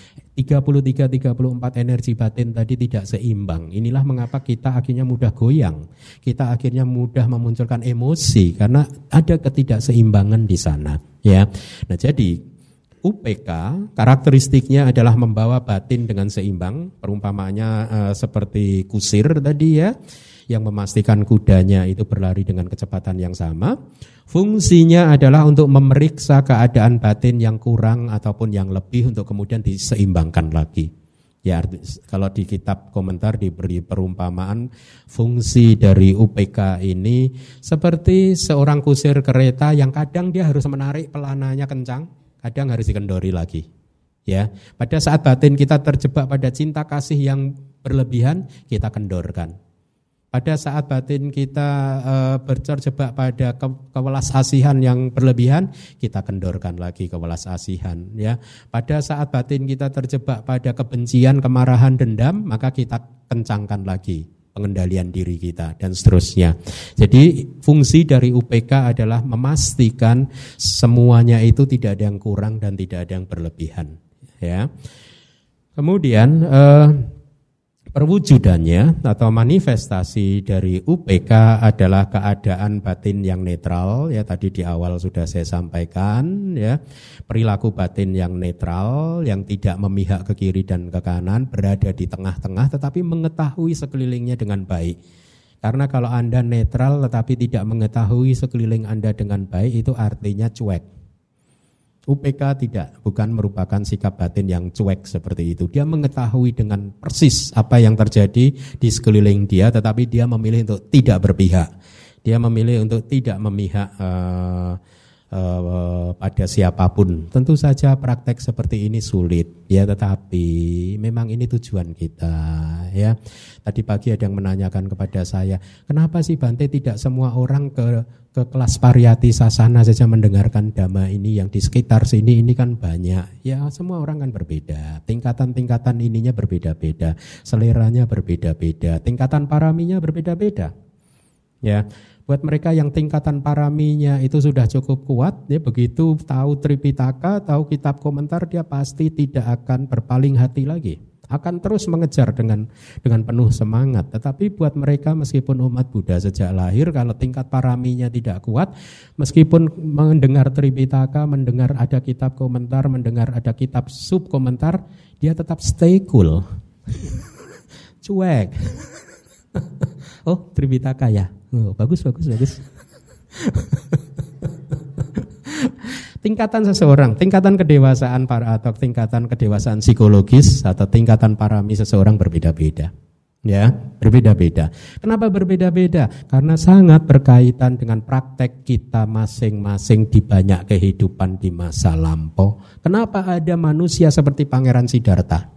33-34 energi batin tadi tidak seimbang. Inilah mengapa kita akhirnya mudah goyang. Kita akhirnya mudah memunculkan emosi karena ada ketidakseimbangan di sana, ya. Nah, jadi UPK karakteristiknya adalah membawa batin dengan seimbang. Perumpamaannya seperti kusir tadi, ya, yang memastikan kudanya itu berlari dengan kecepatan yang sama. Fungsinya adalah untuk memeriksa keadaan batin yang kurang ataupun yang lebih untuk kemudian diseimbangkan lagi. Ya, kalau di kitab komentar diberi perumpamaan fungsi dari UPK ini seperti seorang kusir kereta yang kadang dia harus menarik pelananya kencang, kadang harus dikendori lagi. Ya, pada saat batin kita terjebak pada cinta kasih yang berlebihan, kita kendorkan. Pada saat batin kita terjebak pada kewelas asihan yang berlebihan, kita kendorkan lagi kewelas asihan. Ya. Pada saat batin kita terjebak pada kebencian, kemarahan, dendam, maka kita kencangkan lagi pengendalian diri kita dan seterusnya. Jadi fungsi dari UPK adalah memastikan semuanya itu tidak ada yang kurang dan tidak ada yang berlebihan. Ya. Kemudian perwujudannya atau manifestasi dari UPK adalah keadaan batin yang netral, ya tadi di awal sudah saya sampaikan, ya perilaku batin yang netral, yang tidak memihak ke kiri dan ke kanan, berada di tengah-tengah, tetapi mengetahui sekelilingnya dengan baik. Karena kalau Anda netral tetapi tidak mengetahui sekeliling Anda dengan baik, itu artinya cuek. UPK bukan merupakan sikap batin yang cuek seperti itu. Dia mengetahui dengan persis apa yang terjadi di sekeliling dia, tetapi dia memilih untuk tidak berpihak. Dia memilih untuk tidak memihak pada siapapun. Tentu saja praktek seperti ini sulit, ya, tetapi memang ini tujuan kita, ya. Tadi pagi ada yang menanyakan kepada saya, kenapa sih Bante tidak semua orang ke kelas pariyati sasana saja mendengarkan dhamma ini, yang di sekitar sini ini kan banyak. Ya, semua orang kan berbeda, tingkatan-tingkatan ininya berbeda-beda, seleranya berbeda-beda, tingkatan paraminya berbeda-beda. Ya, buat mereka yang tingkatan paraminya itu sudah cukup kuat, ya, begitu tahu Tripitaka, tahu kitab komentar, dia pasti tidak akan berpaling hati lagi, akan terus mengejar dengan penuh semangat. Tetapi buat mereka meskipun umat Buddha sejak lahir, kalau tingkat paraminya tidak kuat, meskipun mendengar Tripitaka, mendengar ada kitab komentar, mendengar ada kitab sub komentar, dia tetap stay cool. Cuek. Oh, Tripitaka ya. Oh, bagus. Tingkatan seseorang, tingkatan kedewasaan atau tingkatan kedewasaan psikologis atau tingkatan parami seseorang berbeda-beda. Ya, berbeda-beda. Kenapa berbeda-beda? Karena sangat berkaitan dengan praktek kita masing-masing di banyak kehidupan di masa lampau. Kenapa ada manusia seperti Pangeran Siddhartha?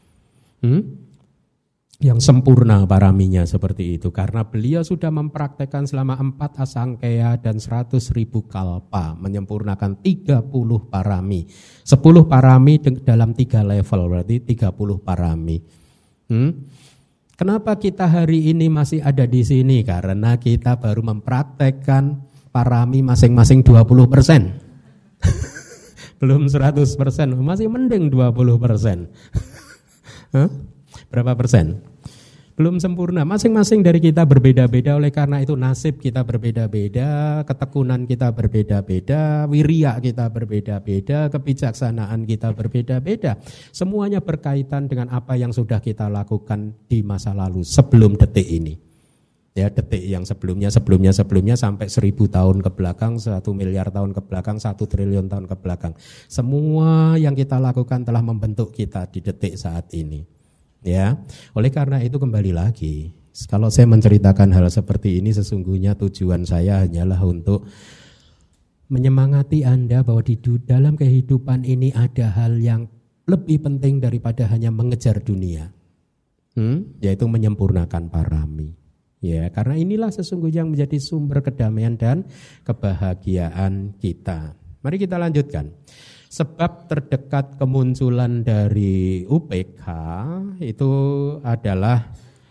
Yang sempurna paraminya seperti itu, karena beliau sudah mempraktekkan selama 4 asangkaya dan 100.000 kalpa, menyempurnakan 30 parami, 10 parami dalam 3 level, berarti 30 parami. Kenapa kita hari ini masih ada di sini? Karena kita baru mempraktekkan parami masing-masing 20%. Belum 100%, masih mending 20%. Berapa persen? Belum sempurna. Masing-masing dari kita berbeda-beda, oleh karena itu nasib kita berbeda-beda, ketekunan kita berbeda-beda, wirya kita berbeda-beda, kebijaksanaan kita berbeda-beda. Semuanya berkaitan dengan apa yang sudah kita lakukan di masa lalu sebelum detik ini. Ya, detik yang sebelumnya sampai 1000 tahun ke belakang, 1 miliar tahun ke belakang, 1 triliun tahun ke belakang. Semua yang kita lakukan telah membentuk kita di detik saat ini. Ya, oleh karena itu kembali lagi, kalau saya menceritakan hal seperti ini, sesungguhnya tujuan saya hanyalah untuk menyemangati Anda bahwa di dalam kehidupan ini ada hal yang lebih penting daripada hanya mengejar dunia, yaitu menyempurnakan parami. Ya, karena inilah sesungguhnya yang menjadi sumber kedamaian dan kebahagiaan kita. Mari kita lanjutkan. Sebab terdekat kemunculan dari UPK itu adalah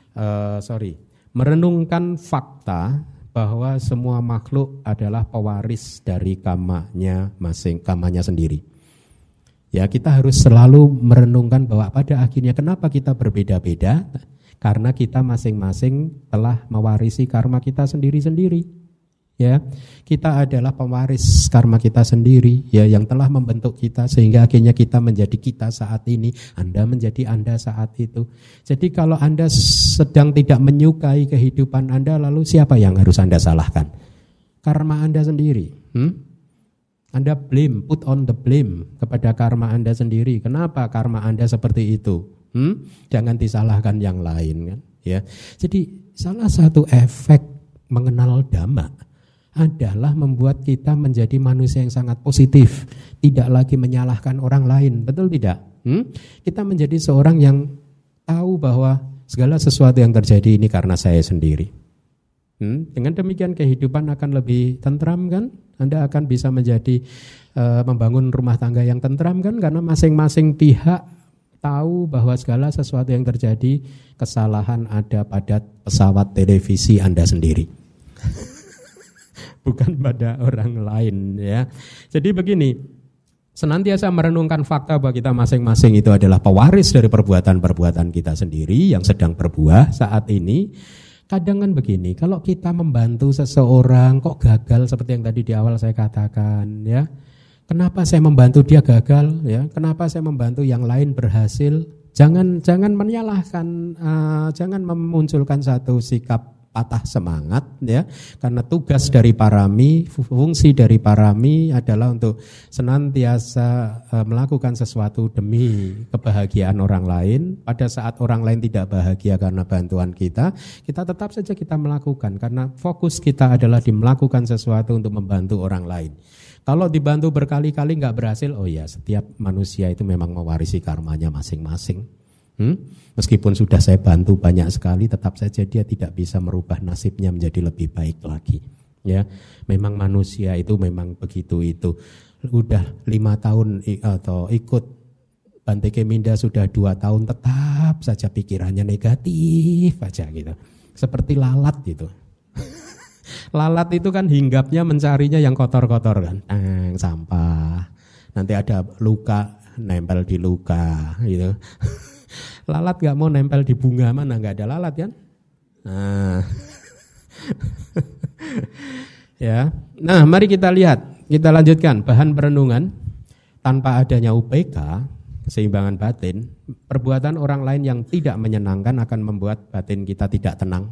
merenungkan fakta bahwa semua makhluk adalah pewaris dari kamanya sendiri. Ya, kita harus selalu merenungkan bahwa pada akhirnya kenapa kita berbeda-beda? Karena kita masing-masing telah mewarisi karma kita sendiri-sendiri. Ya, kita adalah pewaris karma kita sendiri, ya, yang telah membentuk kita sehingga akhirnya kita menjadi kita saat ini, Anda menjadi Anda saat itu. Jadi kalau Anda sedang tidak menyukai kehidupan Anda, lalu siapa yang harus Anda salahkan? Karma Anda sendiri. Anda blame, put on the blame kepada karma Anda sendiri. Kenapa karma Anda seperti itu? Jangan disalahkan yang lain, kan? Ya. Jadi salah satu efek mengenal Dhamma adalah membuat kita menjadi manusia yang sangat positif, tidak lagi menyalahkan orang lain, betul tidak? Kita menjadi seorang yang tahu bahwa segala sesuatu yang terjadi ini karena saya sendiri. Dengan demikian kehidupan akan lebih tentram kan? Anda akan bisa menjadi membangun rumah tangga yang tentram kan? Karena masing-masing pihak tahu bahwa segala sesuatu yang terjadi, kesalahan ada pada pesawat televisi Anda sendiri. Bukan pada orang lain ya. Jadi begini, senantiasa merenungkan fakta bahwa kita masing-masing itu adalah pewaris dari perbuatan-perbuatan kita sendiri yang sedang berbuah saat ini. Kadang kan begini, kalau kita membantu seseorang kok gagal seperti yang tadi di awal saya katakan ya. Kenapa saya membantu dia gagal ya? Kenapa saya membantu yang lain berhasil? Jangan menyalahkan, jangan memunculkan satu sikap patah semangat ya, karena tugas dari parami, fungsi dari parami adalah untuk senantiasa melakukan sesuatu demi kebahagiaan orang lain. Pada saat orang lain tidak bahagia karena bantuan kita tetap saja kita melakukan karena fokus kita adalah di melakukan sesuatu untuk membantu orang lain. Kalau dibantu berkali-kali nggak berhasil, oh ya, setiap manusia itu memang mewarisi karmanya masing-masing. Meskipun sudah saya bantu banyak sekali, tetap saja dia tidak bisa merubah nasibnya menjadi lebih baik lagi. Ya, memang manusia itu memang begitu itu. Udah 5 tahun atau ikut Bante Keminda sudah 2 tahun, tetap saja pikirannya negatif aja gitu. Seperti lalat gitu. Lalat itu kan hinggapnya mencarinya yang kotor-kotor kan, sampah. Nanti ada luka, nempel di luka gitu. Lalat gak mau nempel di bunga, mana gak ada lalat kan? Nah, ya. Nah, mari kita lihat, kita lanjutkan bahan perenungan. Tanpa adanya UPK, keseimbangan batin, perbuatan orang lain yang tidak menyenangkan akan membuat batin kita tidak tenang.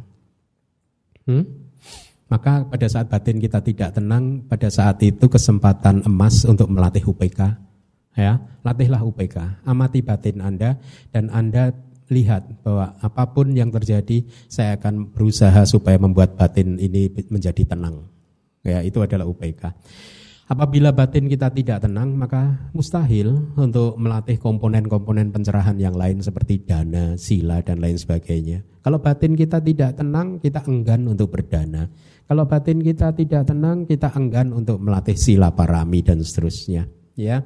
Maka pada saat batin kita tidak tenang, pada saat itu kesempatan emas untuk melatih UPK. Ya, latihlah UPK, amati batin Anda dan Anda lihat bahwa apapun yang terjadi, saya akan berusaha supaya membuat batin ini menjadi tenang. Ya, itu adalah UPK. Apabila batin kita tidak tenang, maka mustahil untuk melatih komponen-komponen pencerahan yang lain seperti dana, sila dan lain sebagainya. Kalau batin kita tidak tenang, kita enggan untuk berdana. Kalau batin kita tidak tenang, kita enggan untuk melatih sila parami dan seterusnya. Ya.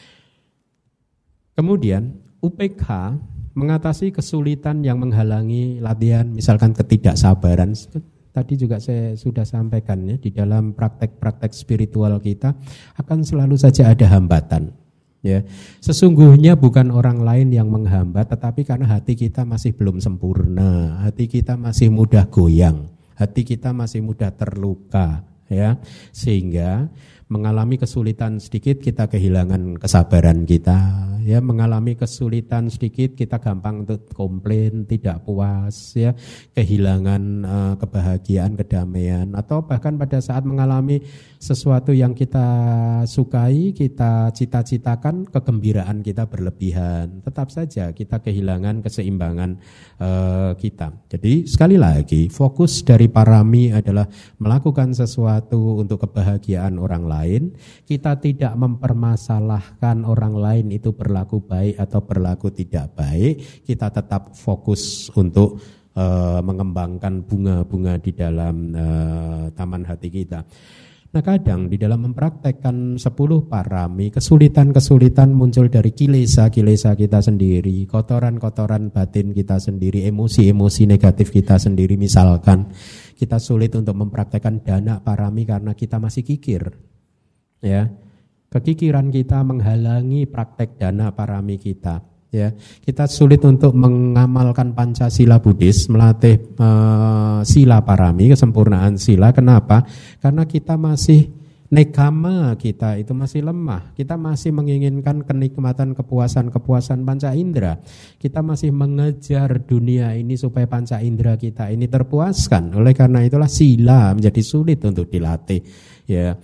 Kemudian UPK mengatasi kesulitan yang menghalangi latihan, misalkan ketidaksabaran. Tadi juga saya sudah sampaikan ya, di dalam praktek-praktek spiritual kita akan selalu saja ada hambatan. Ya, sesungguhnya bukan orang lain yang menghambat, tetapi karena hati kita masih belum sempurna, hati kita masih mudah goyang, hati kita masih mudah terluka, ya, sehingga mengalami kesulitan sedikit kita kehilangan kesabaran kita, ya, mengalami kesulitan sedikit kita gampang untuk komplain, tidak puas, ya, kehilangan kebahagiaan, kedamaian, atau bahkan pada saat mengalami sesuatu yang kita sukai, kita cita-citakan, kegembiraan kita berlebihan, tetap saja kita kehilangan keseimbangan kita. Jadi sekali lagi fokus dari parami adalah melakukan sesuatu untuk kebahagiaan orang lain. Kita tidak mempermasalahkan orang lain itu berlaku baik atau berlaku tidak baik. Kita tetap fokus untuk mengembangkan bunga-bunga di dalam taman hati kita. Nah, kadang di dalam mempraktekkan 10 parami, kesulitan-kesulitan muncul dari kilesa-kilesa kita sendiri, kotoran-kotoran batin kita sendiri, emosi-emosi negatif kita sendiri. Misalkan kita sulit untuk mempraktekkan dana parami karena kita masih kikir. Ya, kekikiran kita menghalangi praktek dana parami kita. Ya, kita sulit untuk mengamalkan Pancasila Buddhis, melatih sila parami, kesempurnaan sila. Kenapa? Karena kita masih nekama, kita itu masih lemah. Kita masih menginginkan kenikmatan, kepuasan panca indera. Kita masih mengejar dunia ini supaya panca indera kita ini terpuaskan. Oleh karena itulah sila menjadi sulit untuk dilatih. Ya.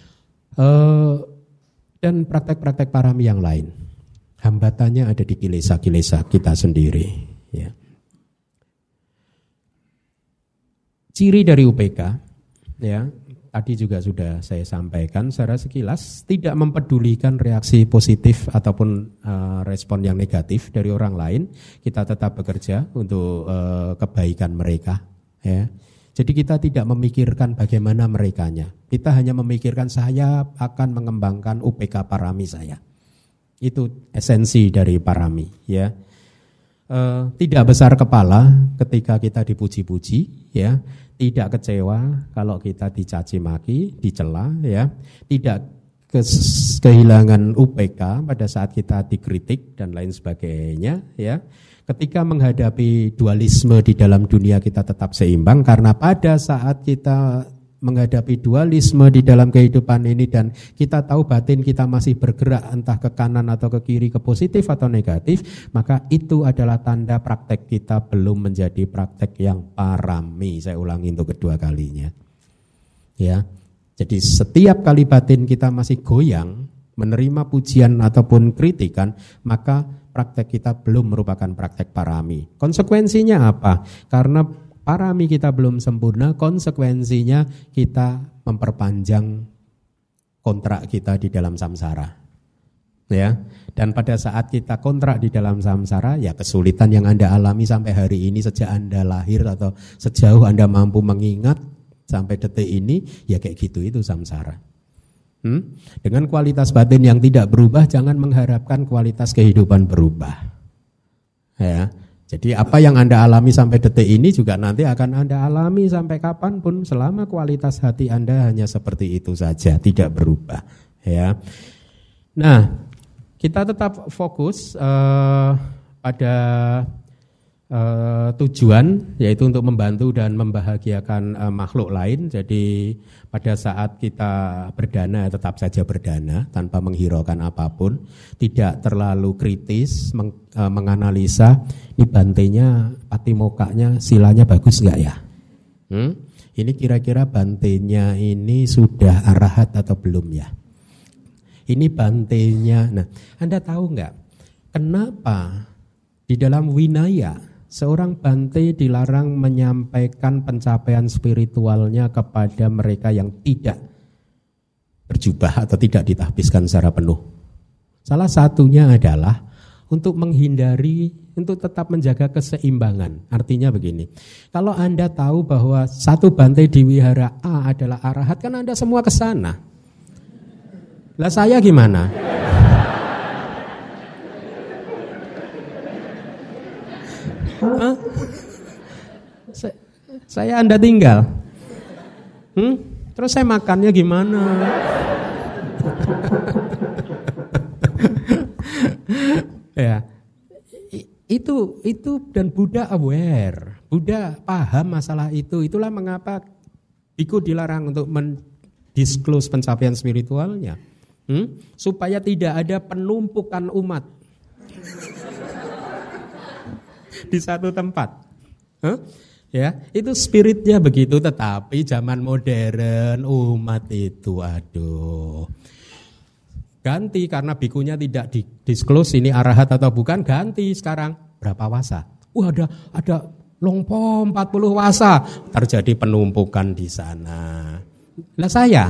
Dan praktek-praktek parami yang lain, hambatannya ada di kilesa-kilesa kita sendiri. Ya. Ciri dari UPK, ya, tadi juga sudah saya sampaikan secara sekilas, tidak mempedulikan reaksi positif ataupun respon yang negatif dari orang lain. Kita tetap bekerja untuk kebaikan mereka. Ya. Jadi kita tidak memikirkan bagaimana merekanya. Kita hanya memikirkan saya akan mengembangkan UPK parami saya. Itu esensi dari parami. Ya. Tidak besar kepala ketika kita dipuji-puji, ya. Tidak kecewa kalau kita dicaci maki, dicela, ya. Tidak kehilangan UPK pada saat kita dikritik dan lain sebagainya, ya. Ketika menghadapi dualisme di dalam dunia kita tetap seimbang, karena pada saat kita menghadapi dualisme di dalam kehidupan ini dan kita tahu batin kita masih bergerak entah ke kanan atau ke kiri, ke positif atau negatif, maka itu adalah tanda praktek kita belum menjadi praktek yang parami. Saya ulangi untuk kedua kalinya. Ya. Jadi setiap kali batin kita masih goyang, menerima pujian ataupun kritikan, maka praktek kita belum merupakan praktek parami. Konsekuensinya apa? Karena parami kita belum sempurna, konsekuensinya kita memperpanjang kontrak kita di dalam samsara. Ya. Dan pada saat kita kontrak di dalam samsara, ya kesulitan yang Anda alami sampai hari ini sejak Anda lahir atau sejauh Anda mampu mengingat sampai detik ini, ya kayak gitu itu samsara. Dengan kualitas batin yang tidak berubah, jangan mengharapkan kualitas kehidupan berubah. Ya. Jadi apa yang Anda alami sampai detik ini juga nanti akan Anda alami sampai kapanpun selama kualitas hati Anda hanya seperti itu saja, tidak berubah. Ya. Nah, kita tetap fokus pada tujuan, yaitu untuk membantu dan membahagiakan makhluk lain. Jadi pada saat kita berdana tetap saja berdana tanpa menghiraukan apapun, tidak terlalu kritis menganalisa ini bantenya patimokanya silanya bagus enggak ya? Ini kira-kira bantenya ini sudah arahat atau belum ya? Ini bantenya. Nah, Anda tahu enggak kenapa di dalam Winaya seorang bante dilarang menyampaikan pencapaian spiritualnya kepada mereka yang tidak berjubah atau tidak ditahbiskan secara penuh? Salah satunya adalah untuk menghindari, untuk tetap menjaga keseimbangan. Artinya begini, kalau Anda tahu bahwa satu bante di wihara A adalah arahat, kan Anda semua ke sana. Lah saya gimana? Saya Anda tinggal. Terus saya makannya gimana? Ya. Itu dan Buddha aware. Buddha paham masalah itu. Itulah mengapa biku dilarang untuk mendisclose pencapaian spiritualnya. Supaya tidak ada penumpukan umat di satu tempat. Ya, itu spiritnya begitu, tetapi zaman modern umat itu ganti karena bikunya tidak di-disclose ini arahat atau bukan, ganti sekarang berapa wasa. Ada longpo 40 wasa, terjadi penumpukan di sana. Lah saya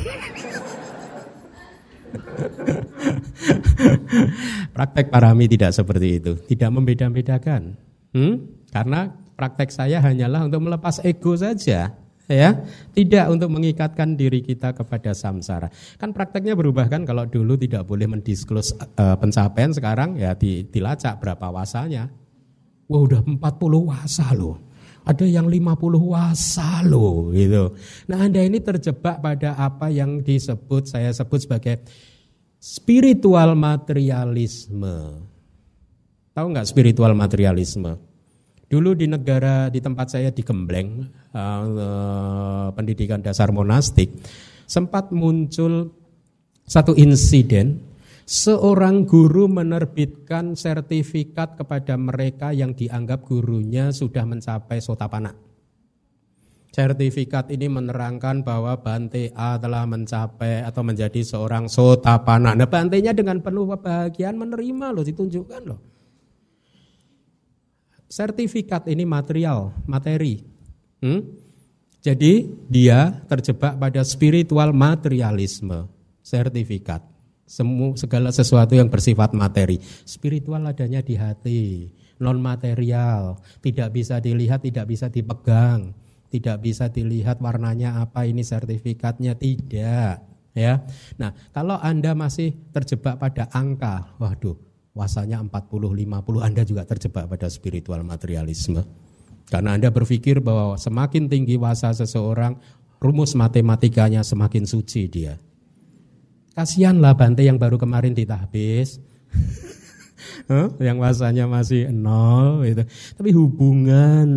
praktek parami tidak seperti itu, tidak membeda-bedakan. Karena praktek saya hanyalah untuk melepas ego saja, ya, tidak untuk mengikatkan diri kita kepada samsara. Kan prakteknya berubah kan, kalau dulu tidak boleh mendisclose pencapaian, sekarang ya dilacak berapa wasanya. Wah, udah 40 wasa loh. Ada yang 50 wasa loh gitu. Nah, Anda ini terjebak pada apa yang saya sebut sebagai spiritual materialisme. Tahu nggak spiritual materialisme? Dulu di tempat saya di Gembleng, pendidikan dasar monastik, sempat muncul satu insiden, seorang guru menerbitkan sertifikat kepada mereka yang dianggap gurunya sudah mencapai Sotapanna. Sertifikat ini menerangkan bahwa Bante A telah mencapai atau menjadi seorang Sotapanna. Nah, Bantenya dengan penuh kebahagiaan menerima loh, ditunjukkan loh. Sertifikat ini materi. Jadi dia terjebak pada spiritual materialisme, sertifikat. Segala sesuatu yang bersifat materi. Spiritual adanya di hati, non material, tidak bisa dilihat, tidak bisa dipegang, tidak bisa dilihat warnanya apa, ini sertifikatnya, tidak. Ya, nah kalau Anda masih terjebak pada angka, waduh, wasanya 40, 50, Anda juga terjebak pada spiritual materialisme. Karena Anda berpikir bahwa semakin tinggi wasa seseorang, rumus matematikanya semakin suci dia. Kasihanlah Bante yang baru kemarin ditahbis, yang wasanya masih 0 gitu. Tapi hubungan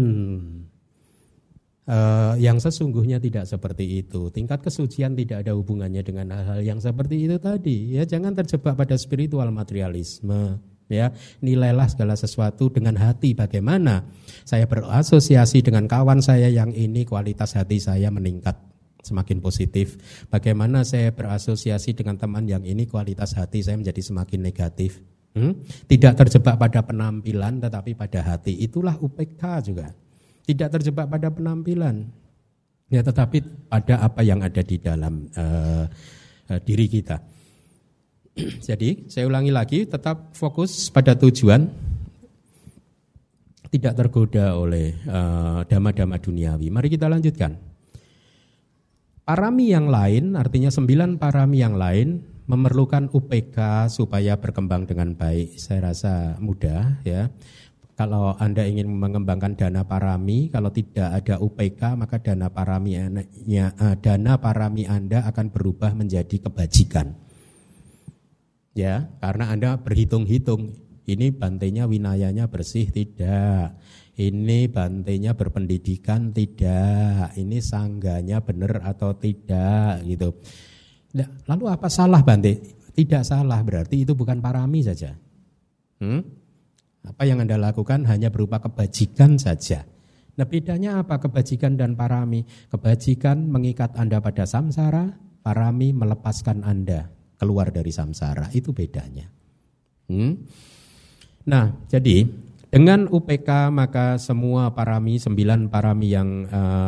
yang sesungguhnya tidak seperti itu. Tingkat kesucian tidak ada hubungannya dengan hal-hal yang seperti itu tadi. Ya, jangan terjebak pada spiritual materialisme. Ya, nilailah segala sesuatu dengan hati. Bagaimana saya berasosiasi dengan kawan saya yang ini, kualitas hati saya meningkat semakin positif. Bagaimana saya berasosiasi dengan teman yang ini, kualitas hati saya menjadi semakin negatif. Tidak terjebak pada penampilan tetapi pada hati. Itulah UPK juga. Tidak terjebak pada penampilan, ya, tetapi pada apa yang ada di dalam diri kita. Jadi saya ulangi lagi, tetap fokus pada tujuan, tidak tergoda oleh dhamma-dhamma duniawi. Mari kita lanjutkan. Parami yang lain, artinya 9 parami yang lain memerlukan UPK supaya berkembang dengan baik. Saya rasa mudah, ya. Kalau Anda ingin mengembangkan dana parami, kalau tidak ada UPK maka dana parami Anda akan berubah menjadi kebajikan. Ya, karena Anda berhitung-hitung, ini bantenya winayanya bersih tidak, ini bantenya berpendidikan tidak, ini sangganya benar atau tidak gitu. Nah, lalu apa salah Bante? Tidak salah, berarti itu bukan parami saja. Apa yang Anda lakukan hanya berupa kebajikan saja. Nah, bedanya apa kebajikan dan parami? Kebajikan mengikat Anda pada samsara, parami melepaskan Anda keluar dari samsara, itu bedanya. Nah, jadi dengan UPK maka semua parami, 9 parami yang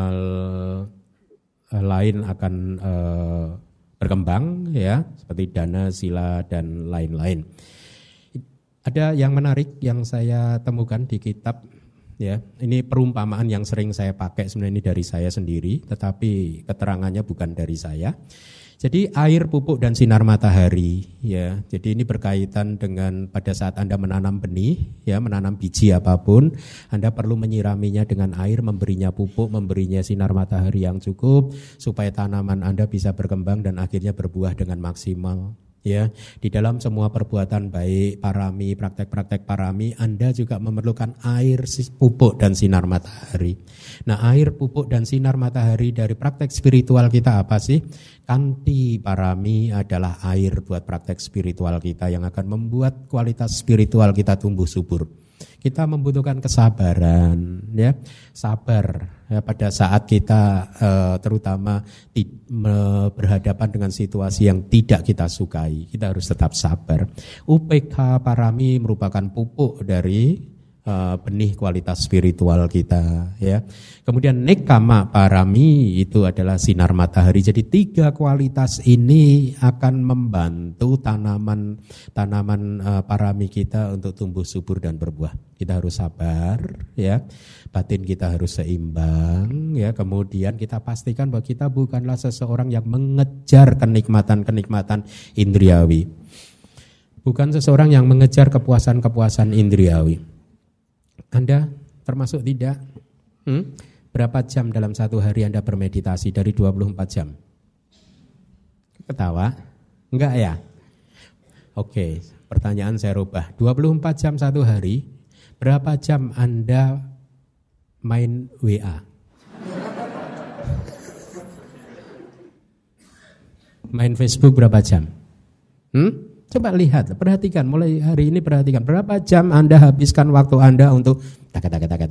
lain akan berkembang, ya, seperti dana, sila dan lain-lain. Ada yang menarik yang saya temukan di kitab, ya, ini perumpamaan yang sering saya pakai, sebenarnya ini dari saya sendiri, tetapi keterangannya bukan dari saya. Jadi air, pupuk dan sinar matahari, ya. Jadi ini berkaitan dengan pada saat Anda menanam benih, ya, menanam biji apapun, Anda perlu menyiraminya dengan air, memberinya pupuk, memberinya sinar matahari yang cukup supaya tanaman Anda bisa berkembang dan akhirnya berbuah dengan maksimal. Ya, di dalam semua perbuatan baik parami, praktek-praktek parami, Anda juga memerlukan air, pupuk dan sinar matahari. Nah, air, pupuk dan sinar matahari dari praktek spiritual kita apa sih? Kanti parami adalah air buat praktek spiritual kita yang akan membuat kualitas spiritual kita tumbuh subur. Kita membutuhkan kesabaran, ya, sabar, ya, pada saat kita terutama berhadapan dengan situasi yang tidak kita sukai, kita harus tetap sabar. UPK parami merupakan pupuk dari benih kualitas spiritual kita, ya. Kemudian nekama parami itu adalah sinar matahari. Jadi 3 kualitas ini akan membantu tanaman parami kita untuk tumbuh subur dan berbuah. Kita harus sabar, ya. Batin kita harus seimbang, ya. Kemudian kita pastikan bahwa kita bukanlah seseorang yang mengejar kenikmatan-kenikmatan indriawi. Bukan seseorang yang mengejar kepuasan-kepuasan indriawi. Anda termasuk tidak? Berapa jam dalam satu hari Anda bermeditasi dari 24 jam? Ketawa? Enggak ya? Oke, pertanyaan saya rubah. 24 jam satu hari, berapa jam Anda main WA? Main Facebook berapa jam? Coba lihat, perhatikan, mulai hari ini perhatikan berapa jam Anda habiskan waktu Anda untuk tak.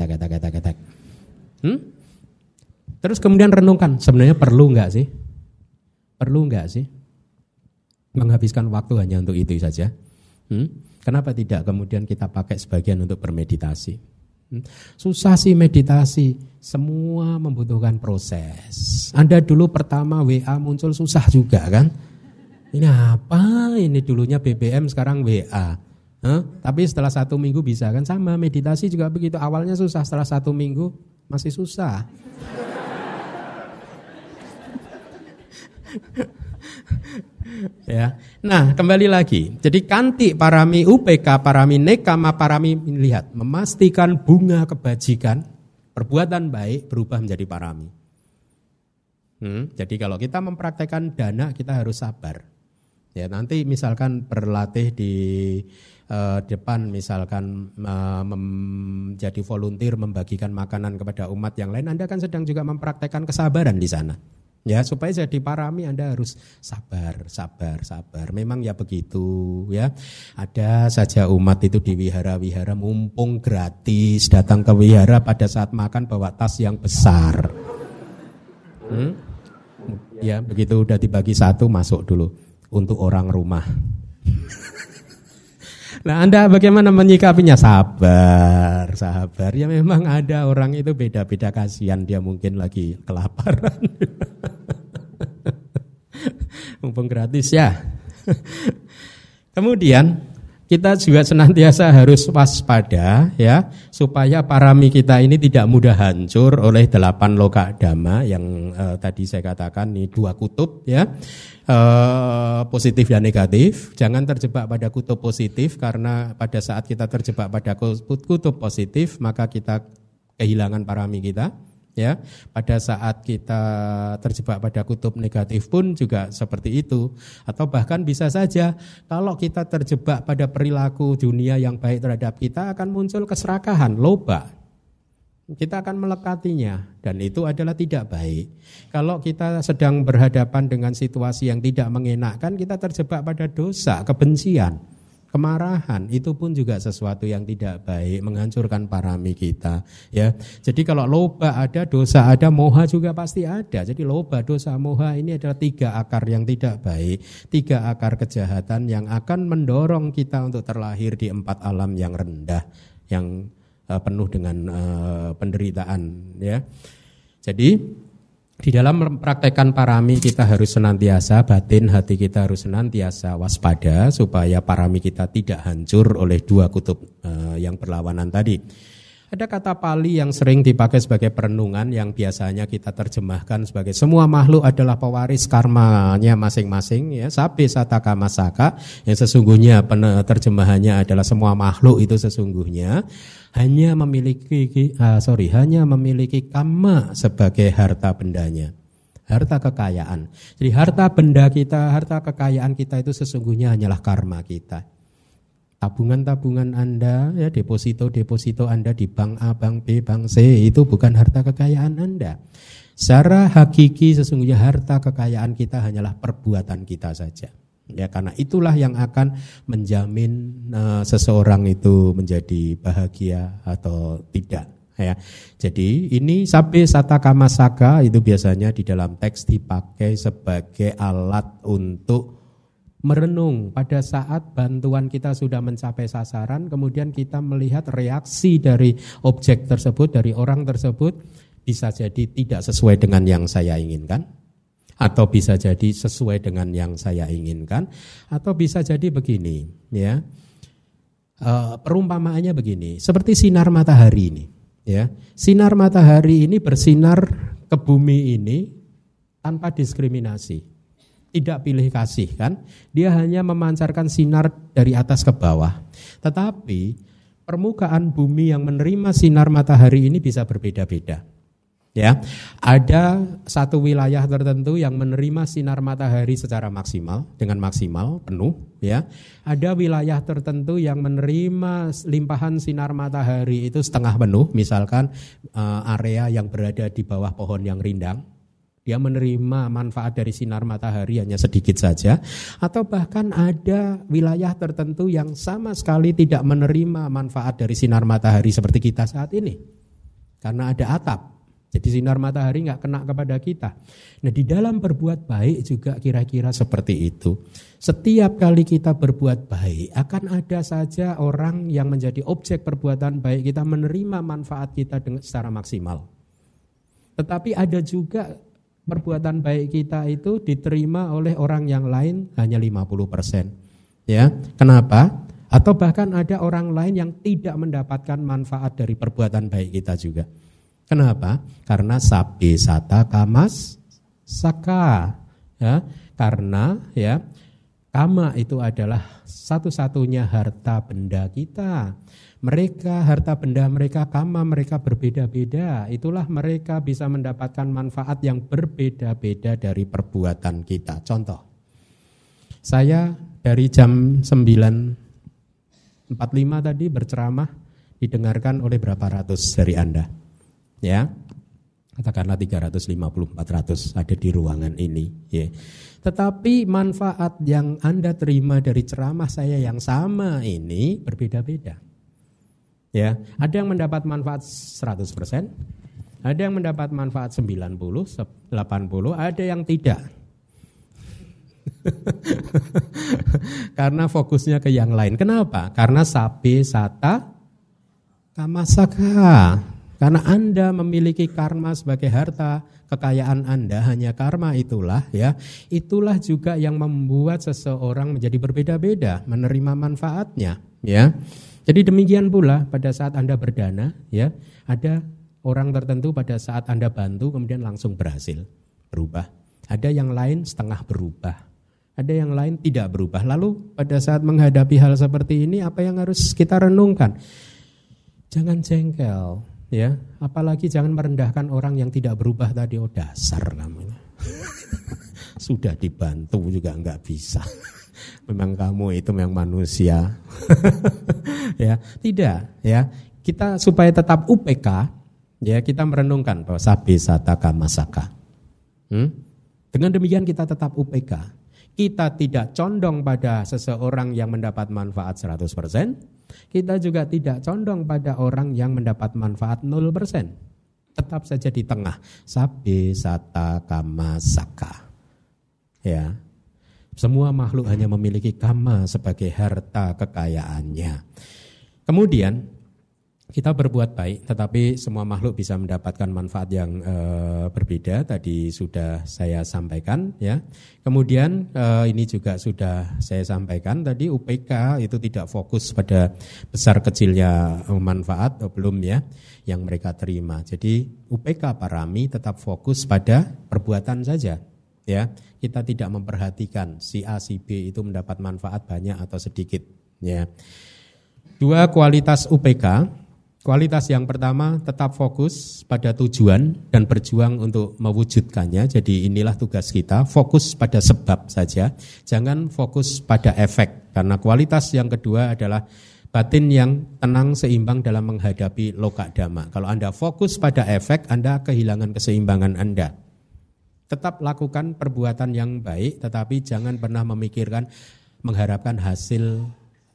Terus kemudian renungkan, sebenarnya perlu enggak sih? Perlu enggak sih menghabiskan waktu hanya untuk itu saja? Kenapa tidak kemudian kita pakai sebagian untuk bermeditasi? Susah sih meditasi, Semua membutuhkan proses. Anda dulu pertama WA muncul susah juga kan? Ini apa? Ini dulunya BBM sekarang WA. Tapi setelah 1 minggu bisa kan? Sama meditasi juga begitu. Awalnya susah, setelah 1 minggu masih susah. Ya. Nah, kembali lagi. Jadi kanti parami UPK parami nekama parami, lihat, memastikan bunga kebajikan, perbuatan baik berubah menjadi parami. Jadi kalau kita mempraktekkan dana, kita harus sabar. Ya, nanti misalkan berlatih di depan, misalkan menjadi volunteer membagikan makanan kepada umat yang lain, Anda kan sedang juga mempraktekkan kesabaran di sana. Ya, supaya jadi parami Anda harus sabar. Memang ya begitu ya. Ada saja umat itu di wihara-wihara mumpung gratis, datang ke wihara pada saat makan bawa tas yang besar. Ya, begitu udah dibagi 1 masuk dulu untuk orang rumah. Nah, Anda bagaimana menyikapinya? Sabar. Ya memang ada orang itu beda-beda, kasihan dia mungkin lagi kelaparan. Mumpung gratis ya. Kemudian kita juga senantiasa harus waspada ya, supaya parami kita ini tidak mudah hancur oleh 8 loka dhamma yang tadi saya katakan ini 2 kutub ya. Positif dan negatif. Jangan terjebak pada kutub positif, karena pada saat kita terjebak pada kutub positif maka kita kehilangan parami kita. Ya, pada saat kita terjebak pada kutub negatif pun juga seperti itu. Atau bahkan bisa saja kalau kita terjebak pada perilaku dunia yang baik terhadap kita, akan muncul keserakahan, loba. Kita akan melekatinya dan itu adalah tidak baik. Kalau kita sedang berhadapan dengan situasi yang tidak mengenakkan, kita terjebak pada dosa, kebencian, kemarahan, itu pun juga sesuatu yang tidak baik, menghancurkan parami kita. Ya, jadi kalau loba ada, dosa ada, moha juga pasti ada. Jadi loba, dosa, moha ini adalah 3 akar yang tidak baik, 3 akar kejahatan yang akan mendorong kita untuk terlahir di 4 alam yang rendah, yang penuh dengan penderitaan. Ya, jadi di dalam mempraktekkan parami kita harus senantiasa, batin hati kita harus senantiasa waspada supaya parami kita tidak hancur oleh 2 kutub yang berlawanan tadi. Ada kata Pali yang sering dipakai sebagai perenungan yang biasanya kita terjemahkan sebagai semua makhluk adalah pewaris karmanya masing-masing ya, sabe sataka masaka, yang sesungguhnya terjemahannya adalah semua makhluk itu sesungguhnya hanya memiliki kamma sebagai harta bendanya. Harta kekayaan. Jadi harta benda kita, harta kekayaan kita itu sesungguhnya hanyalah karma kita. Tabungan-tabungan Anda, ya, deposito Anda di bank A, bank B, bank C, itu bukan harta kekayaan Anda. Secara hakiki sesungguhnya harta kekayaan kita hanyalah perbuatan kita saja. Ya, karena itulah yang akan menjamin seseorang itu menjadi bahagia atau tidak. Ya, jadi ini sabe sataka masaka itu biasanya di dalam teks dipakai sebagai alat untuk merenung pada saat bantuan kita sudah mencapai sasaran, kemudian kita melihat reaksi dari objek tersebut, dari orang tersebut, bisa jadi tidak sesuai dengan yang saya inginkan, atau bisa jadi sesuai dengan yang saya inginkan, atau bisa jadi begini, ya. Perumpamaannya begini, seperti sinar matahari ini, ya. Sinar matahari ini bersinar ke bumi ini tanpa diskriminasi. Tidak pilih kasih kan, dia hanya memancarkan sinar dari atas ke bawah. Tetapi permukaan bumi yang menerima sinar matahari ini bisa berbeda-beda. Ya, ada satu wilayah tertentu yang menerima sinar matahari secara maksimal, dengan maksimal penuh. Ya, ada wilayah tertentu yang menerima limpahan sinar matahari itu setengah penuh. Misalkan area yang berada di bawah pohon yang rindang. Dia menerima manfaat dari sinar matahari hanya sedikit saja. Atau bahkan ada wilayah tertentu yang sama sekali tidak menerima manfaat dari sinar matahari seperti kita saat ini. Karena ada atap. Jadi sinar matahari nggak kena kepada kita. Nah, di dalam berbuat baik juga kira-kira seperti itu. Setiap kali kita berbuat baik, akan ada saja orang yang menjadi objek perbuatan baik kita menerima manfaat kita secara maksimal. Tetapi ada juga perbuatan baik kita itu diterima oleh orang yang lain hanya 50%. Ya, kenapa? Atau bahkan ada orang lain yang tidak mendapatkan manfaat dari perbuatan baik kita juga. Kenapa? Karena sabbe sata kamas saka. Ya, karena ya kama itu adalah satu-satunya harta benda kita. Mereka, harta benda mereka, kama mereka berbeda-beda. Itulah mereka bisa mendapatkan manfaat yang berbeda-beda dari perbuatan kita. Contoh, saya dari jam 9.45 tadi berceramah, didengarkan oleh berapa ratus dari Anda? Ya, katakanlah 350-400 ada di ruangan ini. Ya. Tetapi manfaat yang Anda terima dari ceramah saya yang sama ini berbeda-beda. Ya, ada yang mendapat manfaat 100%, ada yang mendapat manfaat 90, 80, ada yang tidak. Karena fokusnya ke yang lain. Kenapa? Karena sabbe sata kamasaka. Karena Anda memiliki karma sebagai harta kekayaan Anda, hanya karma itulah ya. Itulah juga yang membuat seseorang menjadi berbeda-beda, menerima manfaatnya, ya. Jadi demikian pula pada saat Anda berdana, ya, ada orang tertentu pada saat Anda bantu kemudian langsung berhasil berubah. Ada yang lain setengah berubah. Ada yang lain tidak berubah. Lalu pada saat menghadapi hal seperti ini apa yang harus kita renungkan? Jangan jengkel, ya. Apalagi jangan merendahkan orang yang tidak berubah tadi. Oh dasar kamu. Sudah dibantu juga enggak bisa. Memang kamu itu memang manusia. Ya, tidak, ya. Kita supaya tetap UPK, ya, kita merenungkan bahwa sabbe sata kamasaka. Dengan demikian kita tetap UPK. Kita tidak condong pada seseorang yang mendapat manfaat 100%, kita juga tidak condong pada orang yang mendapat manfaat 0%. Tetap saja di tengah, sabbe sata kamasaka. Ya. Semua makhluk hanya memiliki kama sebagai harta kekayaannya. Kemudian kita berbuat baik, tetapi semua makhluk bisa mendapatkan manfaat yang berbeda. Tadi sudah saya sampaikan, ya. Kemudian ini juga sudah saya sampaikan tadi, UPK itu tidak fokus pada besar kecilnya manfaat, belum ya, yang mereka terima. Jadi UPK parami tetap fokus pada perbuatan saja. Ya, kita tidak memperhatikan si A, si B itu mendapat manfaat banyak atau sedikit. Ya. Dua kualitas UPK. Kualitas yang pertama tetap fokus pada tujuan dan berjuang untuk mewujudkannya. Jadi inilah tugas kita, fokus pada sebab saja, jangan fokus pada efek. Karena kualitas yang kedua adalah batin yang tenang seimbang dalam menghadapi loka dhamma. Kalau Anda fokus pada efek, Anda kehilangan keseimbangan Anda. Tetap lakukan perbuatan yang baik, tetapi jangan pernah memikirkan, mengharapkan hasil,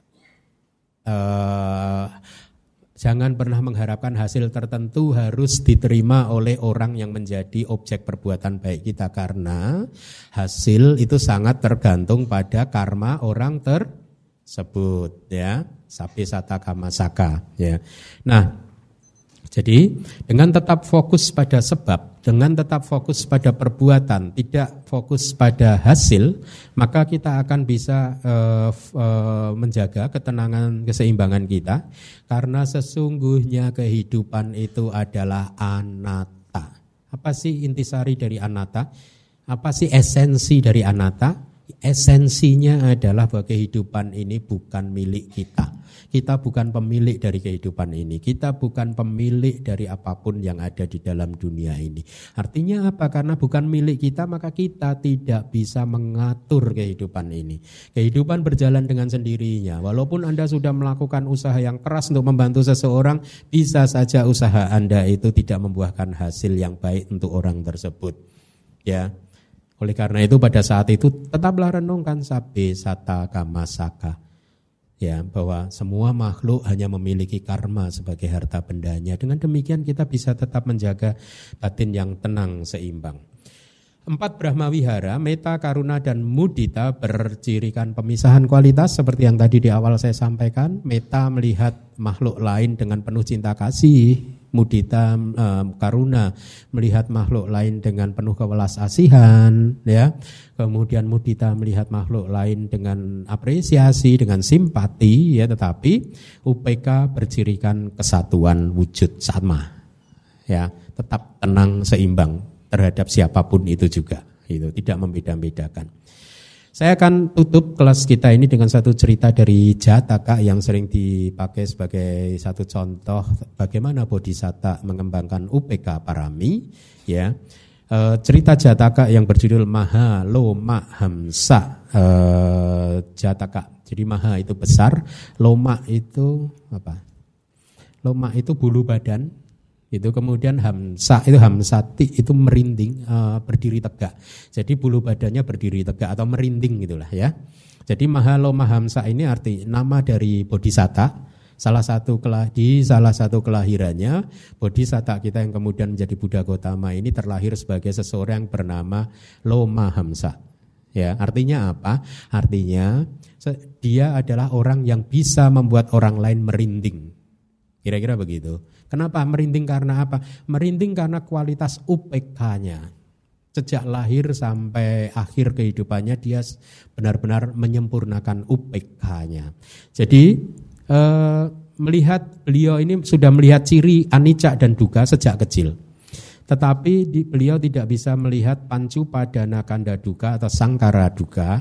jangan pernah mengharapkan hasil tertentu harus diterima oleh orang yang menjadi objek perbuatan baik kita. Karena hasil itu sangat tergantung pada karma orang tersebut, ya. Sabbe sata kamasaka, ya. Nah, jadi dengan tetap fokus pada sebab, dengan tetap fokus pada perbuatan, tidak fokus pada hasil, maka kita akan bisa menjaga ketenangan, keseimbangan kita. Karena sesungguhnya kehidupan itu adalah anatta. Apa sih intisari dari anatta? Apa sih esensi dari anatta? Esensinya adalah bahwa kehidupan ini bukan milik kita. Kita bukan pemilik dari kehidupan ini. Kita bukan pemilik dari apapun yang ada di dalam dunia ini. Artinya apa? Karena bukan milik kita, maka kita tidak bisa mengatur kehidupan ini. Kehidupan berjalan dengan sendirinya. Walaupun Anda sudah melakukan usaha yang keras untuk membantu seseorang, bisa saja usaha Anda itu tidak membuahkan hasil yang baik untuk orang tersebut. Ya. Oleh karena itu pada saat itu tetaplah renungkan sabbe sata kamasaka. Ya, bahwa semua makhluk hanya memiliki karma sebagai harta bendanya. Dengan demikian kita bisa tetap menjaga batin yang tenang, seimbang. 4 Brahma Wihara, Metta, Karuna, dan Mudita bercirikan pemisahan kualitas seperti yang tadi di awal saya sampaikan. Metta melihat makhluk lain dengan penuh cinta kasih, Mudita, Karuna melihat makhluk lain dengan penuh kewelas asihan, ya. Kemudian Mudita melihat makhluk lain dengan apresiasi, dengan simpati, ya. Tetapi UPK bercirikan kesatuan wujud sama, ya. Tetap tenang, seimbang terhadap siapapun itu juga, itu tidak membeda-bedakan. Saya akan tutup kelas kita ini dengan satu cerita dari Jataka yang sering dipakai sebagai satu contoh bagaimana Bodhisatta mengembangkan UPK Parami, ya. Cerita Jataka yang berjudul Maha Loma Hamsa Jataka. Jadi Maha itu besar, Loma itu apa? Loma itu bulu badan. Itu kemudian Hamsa itu Hamsati itu merinding, berdiri tegak. Jadi bulu badannya berdiri tegak atau merinding gitulah ya. Jadi Mahaloma Hamsa ini arti nama dari Bodhisatta. Salah satu kelahirannya Bodhisatta kita yang kemudian menjadi Buddha Gautama ini terlahir sebagai seseorang yang bernama Loma Hamsa. Ya, artinya apa? Artinya dia adalah orang yang bisa membuat orang lain merinding. Kira-kira begitu. Kenapa merinding? Karena apa? Merinding karena kualitas UPK-nya. Sejak lahir sampai akhir kehidupannya dia benar-benar menyempurnakan UPK-nya. Jadi melihat beliau ini sudah melihat ciri anicca dan dukkha sejak kecil. Tetapi beliau tidak bisa melihat pancu padana kanda dukkha atau sangkara dukkha.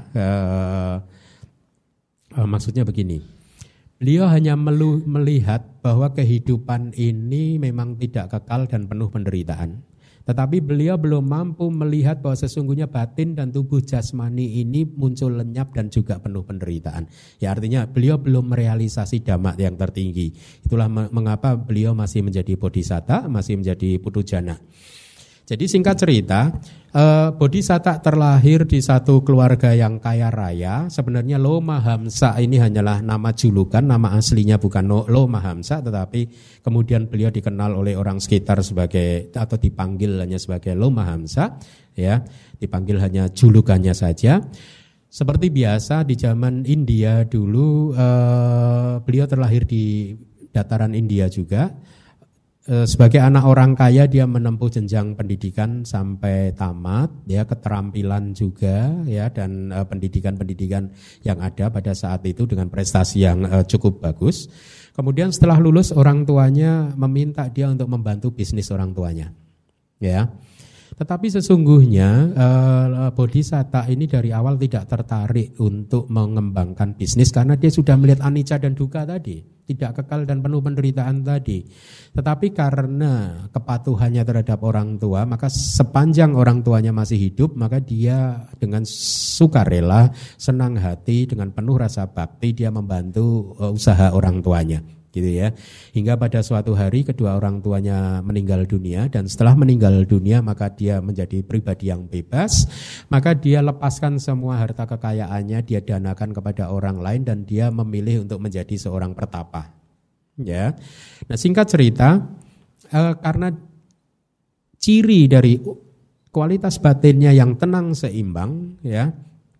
Maksudnya begini. Beliau hanya melihat bahwa kehidupan ini memang tidak kekal dan penuh penderitaan. Tetapi beliau belum mampu melihat bahwa sesungguhnya batin dan tubuh jasmani ini muncul lenyap dan juga penuh penderitaan. Ya artinya beliau belum merealisasi dhamma yang tertinggi. Itulah mengapa beliau masih menjadi bodhisatta, masih menjadi putujana. Jadi singkat cerita, Bodhisatta terlahir di satu keluarga yang kaya raya. Sebenarnya Loma Hamsa ini hanyalah nama julukan, nama aslinya bukan Loma Hamsa, tetapi kemudian beliau dikenal oleh orang sekitar sebagai atau dipanggil hanya sebagai Loma Hamsa, ya, dipanggil hanya julukannya saja. Seperti biasa di zaman India dulu, beliau terlahir di dataran India juga. Sebagai anak orang kaya dia menempuh jenjang pendidikan sampai tamat, ya, keterampilan juga, ya, dan pendidikan-pendidikan yang ada pada saat itu dengan prestasi yang cukup bagus. Kemudian setelah lulus orang tuanya meminta dia untuk membantu bisnis orang tuanya, ya. Tetapi sesungguhnya Bodhisatta ini dari awal tidak tertarik untuk mengembangkan bisnis karena dia sudah melihat anicca dan dukkha tadi, tidak kekal dan penuh penderitaan tadi. Tetapi karena kepatuhannya terhadap orang tua, maka sepanjang orang tuanya masih hidup, maka dia dengan sukarela, senang hati, dengan penuh rasa bakti dia membantu usaha orang tuanya. Gitu ya. Hingga pada suatu hari kedua orang tuanya meninggal dunia, dan setelah meninggal dunia maka dia menjadi pribadi yang bebas, maka dia lepaskan semua harta kekayaannya, dia danakan kepada orang lain dan dia memilih untuk menjadi seorang pertapa. Ya. Nah, singkat cerita, karena ciri dari kualitas batinnya yang tenang seimbang, ya,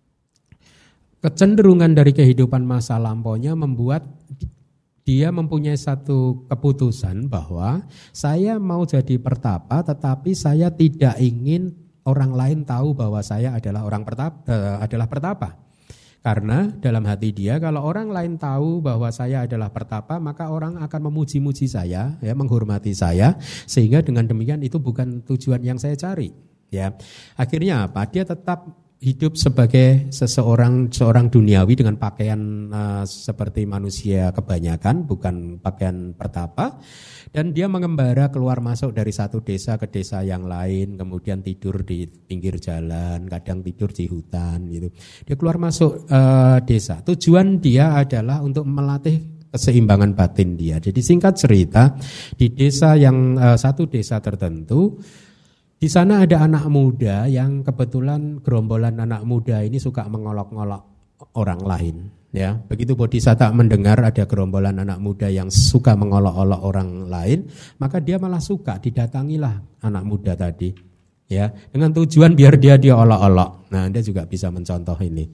kecenderungan dari kehidupan masa lampaunya membuat dia mempunyai satu keputusan bahwa saya mau jadi pertapa, tetapi saya tidak ingin orang lain tahu bahwa saya adalah pertapa. Karena dalam hati dia, kalau orang lain tahu bahwa saya adalah pertapa, maka orang akan memuji-muji saya, ya, menghormati saya, sehingga dengan demikian itu bukan tujuan yang saya cari. Ya, akhirnya apa? Dia tetap hidup sebagai seorang duniawi dengan pakaian seperti manusia kebanyakan, bukan pakaian pertapa, dan dia mengembara keluar masuk dari satu desa ke desa yang lain, kemudian tidur di pinggir jalan, kadang tidur di hutan gitu. Dia keluar masuk desa. Tujuan dia adalah untuk melatih keseimbangan batin dia. Jadi singkat cerita, di desa yang satu desa tertentu, di sana ada anak muda yang kebetulan gerombolan anak muda ini suka mengolok-ngolok orang lain. Ya, begitu Bodhisatta mendengar ada gerombolan anak muda yang suka mengolok-olok orang lain, maka dia malah suka, didatangilah anak muda tadi. Ya, dengan tujuan biar dia olok-olok. Nah, Anda juga bisa mencontoh ini.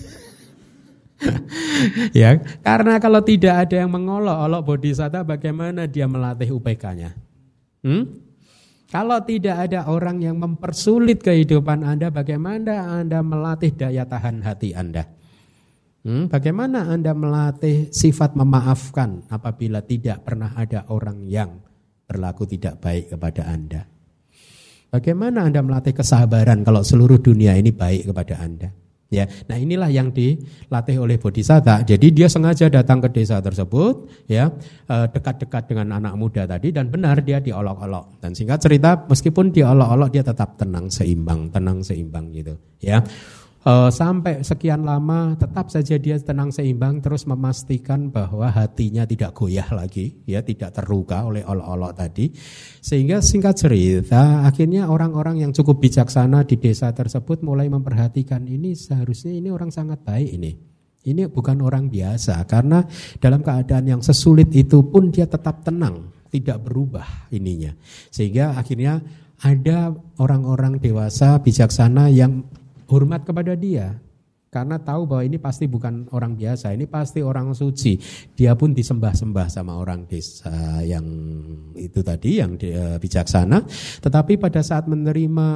Ya, karena kalau tidak ada yang mengolok-olok bodhisatta, bagaimana dia melatih UPK-nya? Kalau tidak ada orang yang mempersulit kehidupan Anda, bagaimana Anda melatih daya tahan hati Anda? Bagaimana Anda melatih sifat memaafkan apabila tidak pernah ada orang yang berlaku tidak baik kepada Anda? Bagaimana Anda melatih kesabaran kalau seluruh dunia ini baik kepada Anda? Ya, nah inilah yang dilatih oleh bodhisatta. Jadi dia sengaja datang ke desa tersebut, ya, dekat-dekat dengan anak muda tadi, dan benar dia diolok-olok. Dan singkat cerita, meskipun diolok-olok dia tetap tenang seimbang gitu, ya. Sampai sekian lama tetap saja dia tenang seimbang, terus memastikan bahwa hatinya tidak goyah lagi, ya, tidak terluka oleh olok-olok tadi. Sehingga singkat cerita akhirnya orang-orang yang cukup bijaksana di desa tersebut mulai memperhatikan ini, seharusnya ini orang sangat baik ini bukan orang biasa, karena dalam keadaan yang sesulit itu pun dia tetap tenang, tidak berubah ininya. Sehingga akhirnya ada orang-orang dewasa bijaksana yang hormat kepada dia, karena tahu bahwa ini pasti bukan orang biasa, ini pasti orang suci. Dia pun disembah-sembah sama orang desa yang itu tadi, yang bijaksana. Tetapi pada saat menerima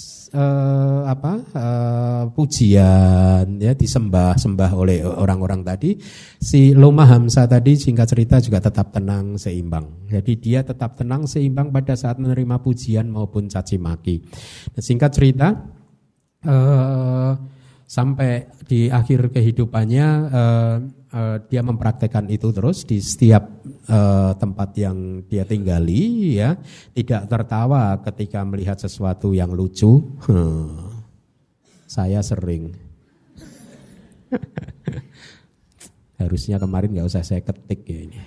pujian, ya, disembah-sembah oleh orang-orang tadi, si Loma Hamsa tadi singkat cerita juga tetap tenang seimbang. Jadi dia tetap tenang seimbang pada saat menerima pujian maupun caci maki. Nah, singkat cerita, sampai di akhir kehidupannya dia mempraktekkan itu terus di setiap tempat yang dia tinggali, ya, tidak tertawa ketika melihat sesuatu yang lucu. Saya sering. Harusnya kemarin nggak usah saya ketik ya ini.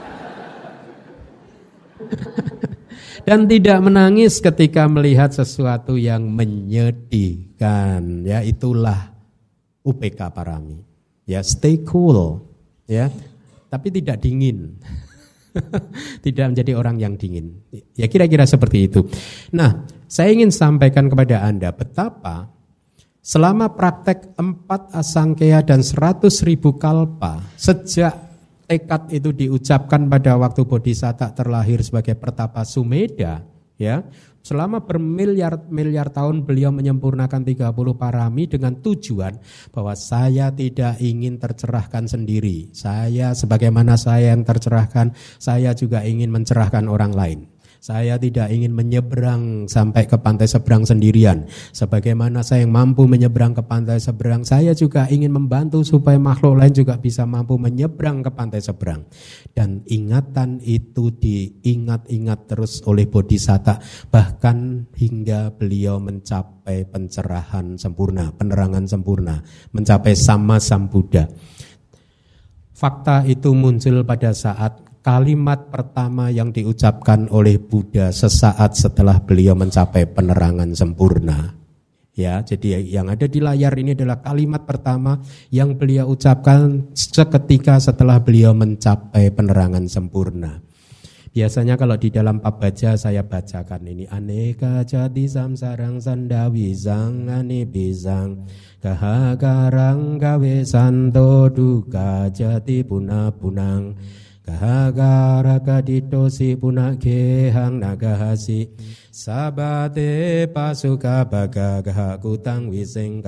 Dan tidak menangis ketika melihat sesuatu yang menyedihkan, ya, itulah UPK Parami. Ya, stay cool, ya, tapi tidak dingin. Tidak menjadi orang yang dingin. Ya, kira-kira seperti itu. Nah, saya ingin sampaikan kepada Anda betapa selama praktek 4 asangkaya dan 100.000 kalpa, sejak tekad itu diucapkan pada waktu bodhisatta terlahir sebagai Pertapa Sumedha, ya, selama bermiliar-miliar tahun beliau menyempurnakan 30 parami dengan tujuan bahwa saya tidak ingin tercerahkan sendiri. Saya sebagaimana saya yang tercerahkan, saya juga ingin mencerahkan orang lain. Saya tidak ingin menyeberang sampai ke pantai seberang sendirian. Sebagaimana saya yang mampu menyeberang ke pantai seberang, saya juga ingin membantu supaya makhluk lain juga bisa mampu menyeberang ke pantai seberang. Dan ingatan itu diingat-ingat terus oleh bodhisatta, bahkan hingga beliau mencapai pencerahan sempurna, penerangan sempurna, mencapai Samma Sambuddha. Fakta itu muncul pada saat kalimat pertama yang diucapkan oleh Buddha sesaat setelah beliau mencapai penerangan sempurna. Ya, jadi yang ada di layar ini adalah kalimat pertama yang beliau ucapkan seketika setelah beliau mencapai penerangan sempurna. Biasanya kalau di dalam pabaja saya bacakan ini, aneka jati samsarang sandawi sang anibisang kahagarang gawe santo duka jati punah punang kahagara kaditosi punak gehang nagahasi sabate pasuka baga gahakutang wiseng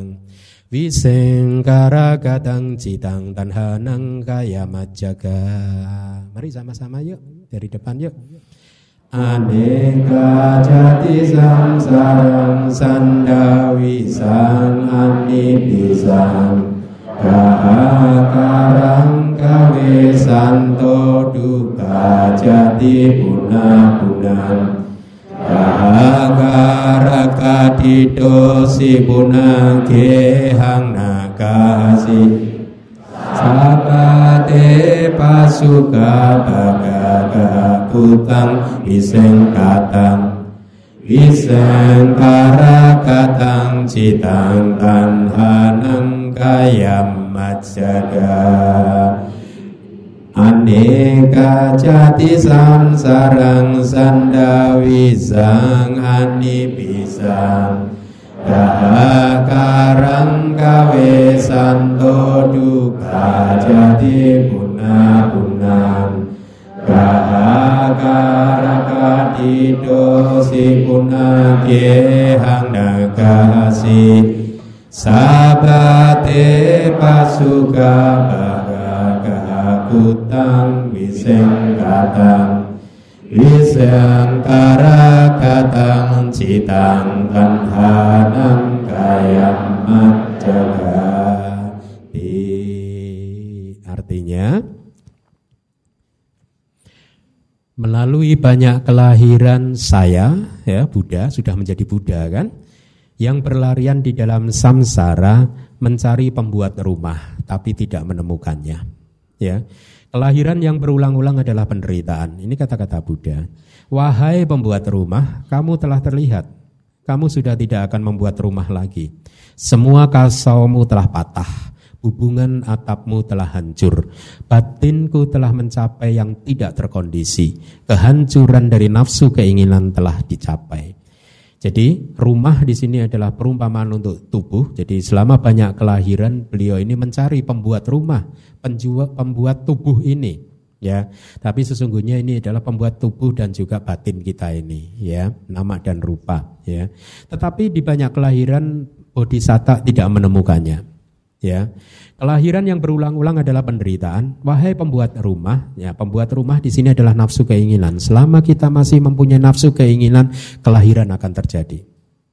karagatang citang tanhanang kaya majaga. Mari sama-sama yuk, dari depan yuk. Aneka jati samsarang sandawi sang anibisang kahakarang kawe santo duka jati punah-punah kahagara kadidosi punah gehang nakasi sabate pasuka bagaga kutang wiseng karakatang citang tanhanang kayam majaga. Aneka jati samsarang sandawisang anipisang Kakarang kawe santo duka jati punah-punah Kakaraka didosi punah kehang nagasi Sabate pasuka kutang wisengkatang wisengkarakatang citang tanhanang kayam majagati. Artinya melalui banyak kelahiran saya, ya Buddha sudah menjadi Buddha kan, yang berlarian di dalam samsara mencari pembuat rumah tapi tidak menemukannya. Ya, kelahiran yang berulang-ulang adalah penderitaan. Ini kata-kata Buddha. Wahai pembuat rumah, kamu telah terlihat. Kamu sudah tidak akan membuat rumah lagi. Semua kasaumu telah patah. Hubungan atapmu telah hancur. Batinku telah mencapai yang tidak terkondisi. Kehancuran dari nafsu keinginan telah dicapai. Jadi rumah di sini adalah perumpamaan untuk tubuh. Jadi selama banyak kelahiran beliau ini mencari pembuat rumah, pembuat tubuh ini, ya. Tapi sesungguhnya ini adalah pembuat tubuh dan juga batin kita ini, ya, nama dan rupa, ya. Tetapi di banyak kelahiran Bodhisatta tidak menemukannya, ya. Kelahiran yang berulang-ulang adalah penderitaan. Wahai pembuat rumah, ya, pembuat rumah di sini adalah nafsu keinginan. Selama kita masih mempunyai nafsu keinginan, kelahiran akan terjadi.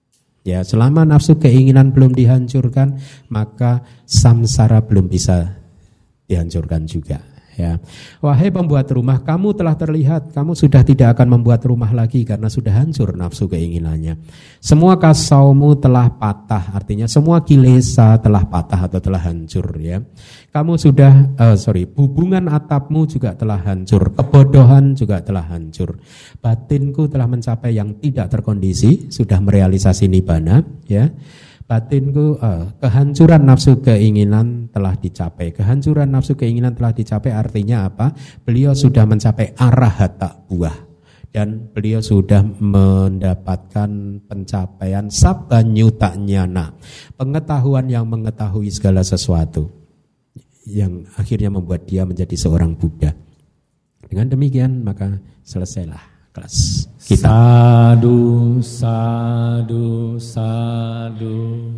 Ya, selama nafsu keinginan belum dihancurkan, maka samsara belum bisa dihancurkan juga. Ya. Wahai pembuat rumah, kamu telah terlihat, kamu sudah tidak akan membuat rumah lagi karena sudah hancur nafsu keinginannya. Semua kasaumu telah patah, artinya semua kilesa telah patah atau telah hancur. Ya. Kamu sudah, hubungan atapmu juga telah hancur, kebodohan juga telah hancur. Batinku telah mencapai yang tidak terkondisi, sudah merealisasi nibbana. Ya. Batinku, kehancuran nafsu keinginan telah dicapai. Kehancuran nafsu keinginan telah dicapai artinya apa? Beliau sudah mencapai arahata buah. Dan beliau sudah mendapatkan pencapaian sabbanyuta nyana. Pengetahuan yang mengetahui segala sesuatu. Yang akhirnya membuat dia menjadi seorang Buddha. Dengan demikian maka selesailah kelas kita. Sadu, sadu, sadu.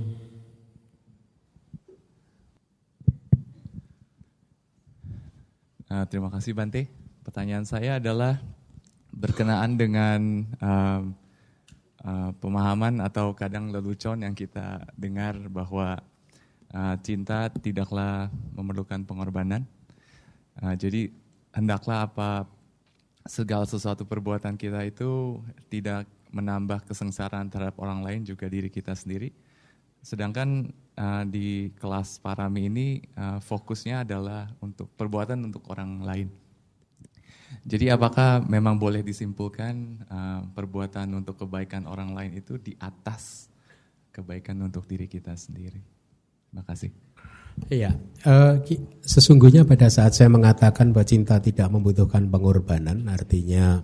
Terima kasih Bante. Pertanyaan saya adalah berkenaan dengan pemahaman atau kadang lelucon yang kita dengar bahwa cinta tidaklah memerlukan pengorbanan. Jadi hendaklah segala sesuatu perbuatan kita itu tidak menambah kesengsaraan terhadap orang lain, juga diri kita sendiri. Sedangkan di kelas parami ini fokusnya adalah untuk perbuatan untuk orang lain. Jadi apakah memang boleh disimpulkan perbuatan untuk kebaikan orang lain itu di atas kebaikan untuk diri kita sendiri? Terima kasih. Iya, sesungguhnya pada saat saya mengatakan bahwa cinta tidak membutuhkan pengorbanan, artinya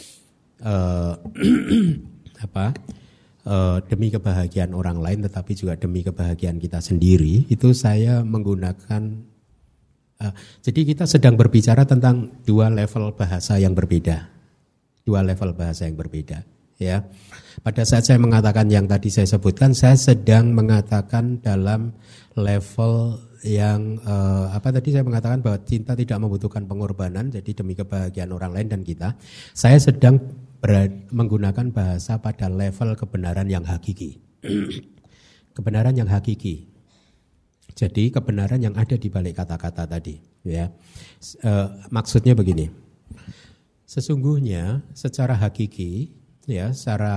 demi kebahagiaan orang lain, tetapi juga demi kebahagiaan kita sendiri, itu saya menggunakan. Jadi kita sedang berbicara tentang dua level bahasa yang berbeda, ya. Pada saat saya mengatakan yang tadi saya sebutkan, saya sedang mengatakan dalam level yang tadi saya mengatakan bahwa cinta tidak membutuhkan pengorbanan, jadi demi kebahagiaan orang lain dan kita. Saya sedang menggunakan bahasa pada level kebenaran yang hakiki. Kebenaran yang hakiki. Jadi kebenaran yang ada di balik kata-kata tadi, ya. Maksudnya begini. Sesungguhnya secara hakiki, ya, secara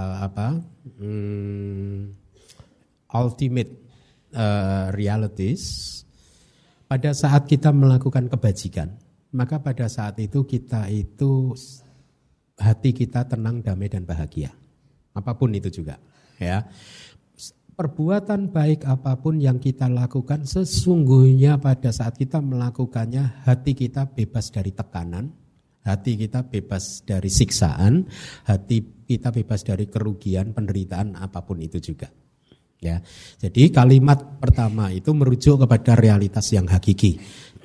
ultimate realities, pada saat kita melakukan kebajikan, maka pada saat itu hati kita tenang, damai dan bahagia. Apapun itu juga, ya. perbuatan baik apapun yang kita lakukan, sesungguhnya pada saat kita melakukannya, hati kita bebas dari tekanan, hati kita bebas dari siksaan, hati kita bebas dari kerugian, penderitaan apapun itu juga. Ya, jadi kalimat pertama itu merujuk kepada realitas yang hakiki.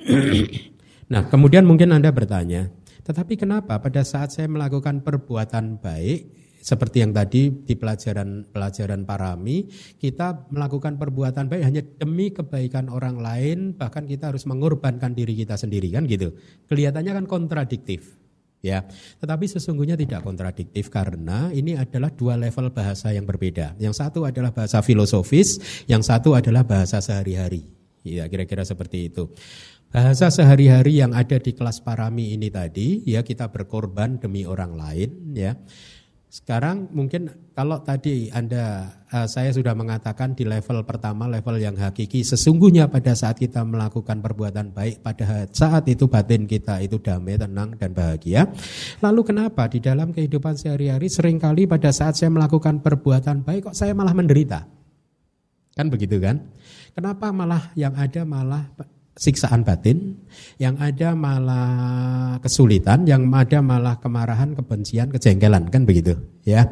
Nah, kemudian mungkin Anda bertanya, tetapi kenapa pada saat saya melakukan perbuatan baik, seperti yang tadi di pelajaran parami, kita melakukan perbuatan baik hanya demi kebaikan orang lain, bahkan kita harus mengorbankan diri kita sendiri, kan gitu. Kelihatannya kan kontradiktif. Ya, tetapi sesungguhnya tidak kontradiktif karena ini adalah dua level bahasa yang berbeda. Yang satu adalah bahasa filosofis, yang satu adalah bahasa sehari-hari. Ya, kira-kira seperti itu. Bahasa sehari-hari yang ada di kelas parami ini tadi, ya kita berkorban demi orang lain, ya. Sekarang mungkin kalau tadi saya sudah mengatakan di level pertama, level yang hakiki, sesungguhnya pada saat kita melakukan perbuatan baik, pada saat itu batin kita itu damai, tenang dan bahagia. Lalu kenapa di dalam kehidupan sehari-hari seringkali pada saat saya melakukan perbuatan baik kok saya malah menderita? Kan begitu kan? Kenapa malah yang ada malah siksaan batin, yang ada malah kesulitan, yang ada malah kemarahan, kebencian, kejengkelan, kan begitu, ya.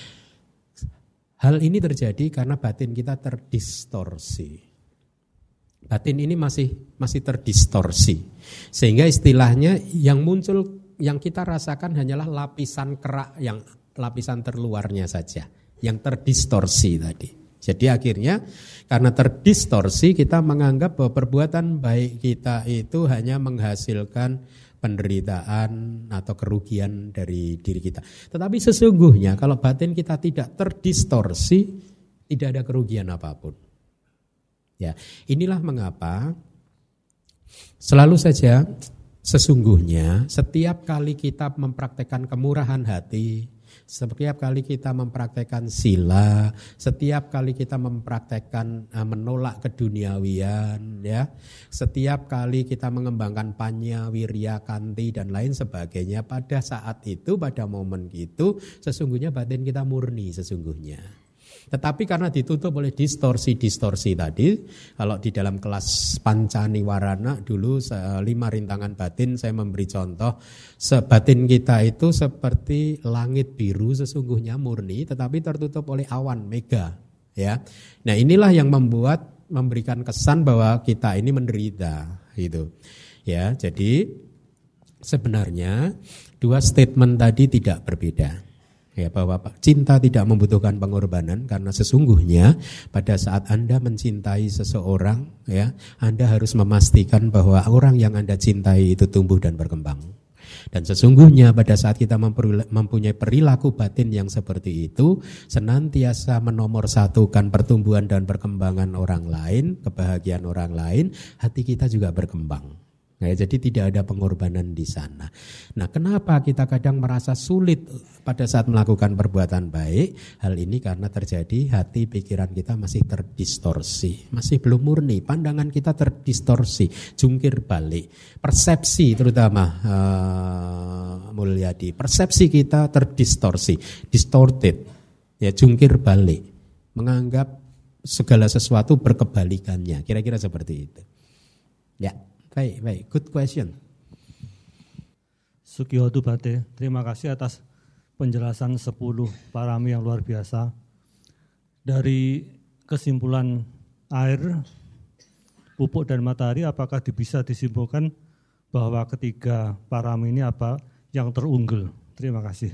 Hal ini terjadi karena batin kita terdistorsi. Batin ini masih terdistorsi. Sehingga istilahnya yang muncul, yang kita rasakan hanyalah lapisan kerak, yang lapisan terluarnya saja, yang terdistorsi tadi. Jadi akhirnya karena terdistorsi kita menganggap bahwa perbuatan baik kita itu hanya menghasilkan penderitaan atau kerugian dari diri kita. Tetapi sesungguhnya kalau batin kita tidak terdistorsi, tidak ada kerugian apapun. Ya, inilah mengapa selalu saja sesungguhnya setiap kali kita mempraktekkan kemurahan hati, setiap kali kita mempraktekkan sila, setiap kali kita mempraktekkan menolak keduniawian, ya, setiap kali kita mengembangkan panya, wirya, kanti dan lain sebagainya, pada saat itu, pada momen itu, sesungguhnya batin kita murni sesungguhnya. Tetapi karena ditutup oleh distorsi tadi, kalau di dalam kelas Pancaniwarana dulu 5 rintangan batin saya memberi contoh, batin kita itu seperti langit biru sesungguhnya murni, tetapi tertutup oleh awan mega, ya. Nah inilah yang memberikan kesan bahwa kita ini menderita, gitu, ya. Jadi sebenarnya dua statement tadi tidak berbeda. Ya, bahwa cinta tidak membutuhkan pengorbanan karena sesungguhnya pada saat Anda mencintai seseorang, ya, Anda harus memastikan bahwa orang yang Anda cintai itu tumbuh dan berkembang. Dan sesungguhnya pada saat kita mempunyai perilaku batin yang seperti itu, senantiasa menomorsatukan pertumbuhan dan perkembangan orang lain, kebahagiaan orang lain, hati kita juga berkembang. Nah, jadi tidak ada pengorbanan di sana. Nah, kenapa kita kadang merasa sulit pada saat melakukan perbuatan baik? Hal ini karena terjadi hati pikiran kita masih terdistorsi, masih belum murni, pandangan kita terdistorsi, jungkir balik. Persepsi terutama Mulyadi, persepsi kita terdistorsi, distorted, ya, jungkir balik, menganggap segala sesuatu berkebalikannya, kira-kira seperti itu. Ya. Baik, good question. Sukihotu Bate, terima kasih atas penjelasan 10 parami yang luar biasa. Dari kesimpulan air, pupuk dan matahari, apakah bisa disimpulkan bahwa ketiga parami ini apa yang terunggul? Terima kasih.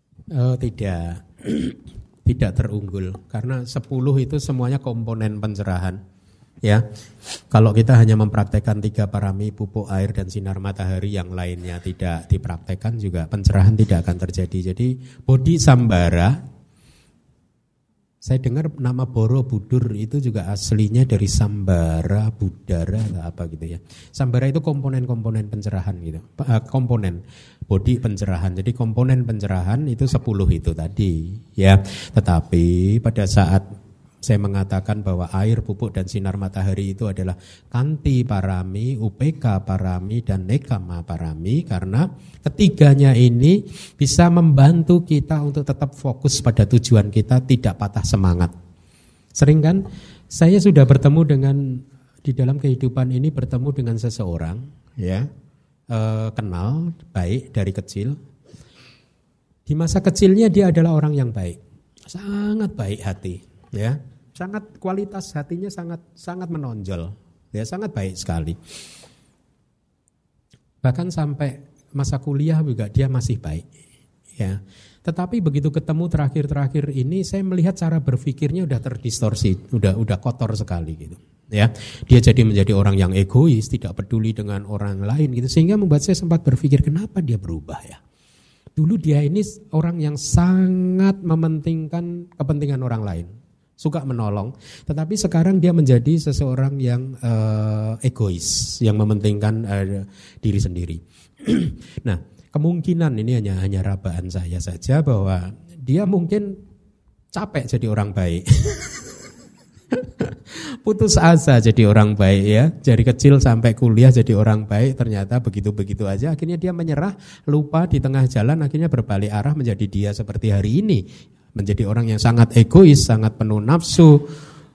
Tidak terunggul, karena 10 itu semuanya komponen pencerahan. Ya, kalau kita hanya mempraktekkan 3 parami, pupuk, air, dan sinar matahari, yang lainnya tidak dipraktekkan juga pencerahan tidak akan terjadi. Jadi Bodhisambara, saya dengar nama Borobudur itu juga aslinya dari Sambara, Budara, apa gitu ya. Sambara itu komponen-komponen pencerahan gitu, komponen bodi pencerahan. Jadi komponen pencerahan itu 10 itu tadi, ya. Tetapi pada saat saya mengatakan bahwa air, pupuk, dan sinar matahari itu adalah kanti parami, upeka parami, dan nekama parami, karena ketiganya ini bisa membantu kita untuk tetap fokus pada tujuan kita, tidak patah semangat. Sering kan saya sudah bertemu dengan di dalam kehidupan ini bertemu dengan seseorang ya, kenal baik dari kecil. Di masa kecilnya dia adalah orang yang baik. Sangat baik hati ya. Sangat kualitas hatinya sangat menonjol. Ya, sangat baik sekali. Bahkan sampai masa kuliah juga dia masih baik. Ya. Tetapi begitu ketemu terakhir-terakhir ini saya melihat cara berpikirnya udah terdistorsi, udah kotor sekali gitu. Ya. Dia menjadi orang yang egois, tidak peduli dengan orang lain gitu, sehingga membuat saya sempat berpikir kenapa dia berubah ya. Dulu dia ini orang yang sangat mementingkan kepentingan orang lain, suka menolong, tetapi sekarang dia menjadi seseorang yang egois, yang mementingkan diri sendiri. Nah, kemungkinan ini hanya rabaan saya saja bahwa dia mungkin capek jadi orang baik. Putus asa jadi orang baik ya. Dari kecil sampai kuliah jadi orang baik, ternyata begitu-begitu aja. Akhirnya dia menyerah, lupa di tengah jalan, akhirnya berbalik arah menjadi dia seperti hari ini. Menjadi orang yang sangat egois, sangat penuh nafsu,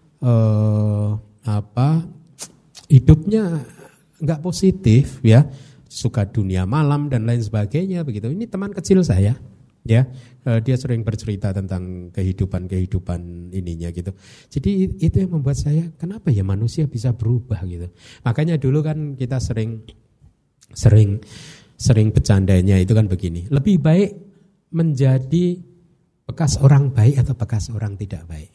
hidupnya nggak positif ya, suka dunia malam dan lain sebagainya begitu. Ini teman kecil saya ya, dia sering bercerita tentang kehidupan ininya gitu. Jadi itu yang membuat saya kenapa ya manusia bisa berubah gitu. Makanya dulu kan kita sering bercandanya itu kan begini, lebih baik menjadi bekas orang baik atau bekas orang tidak baik?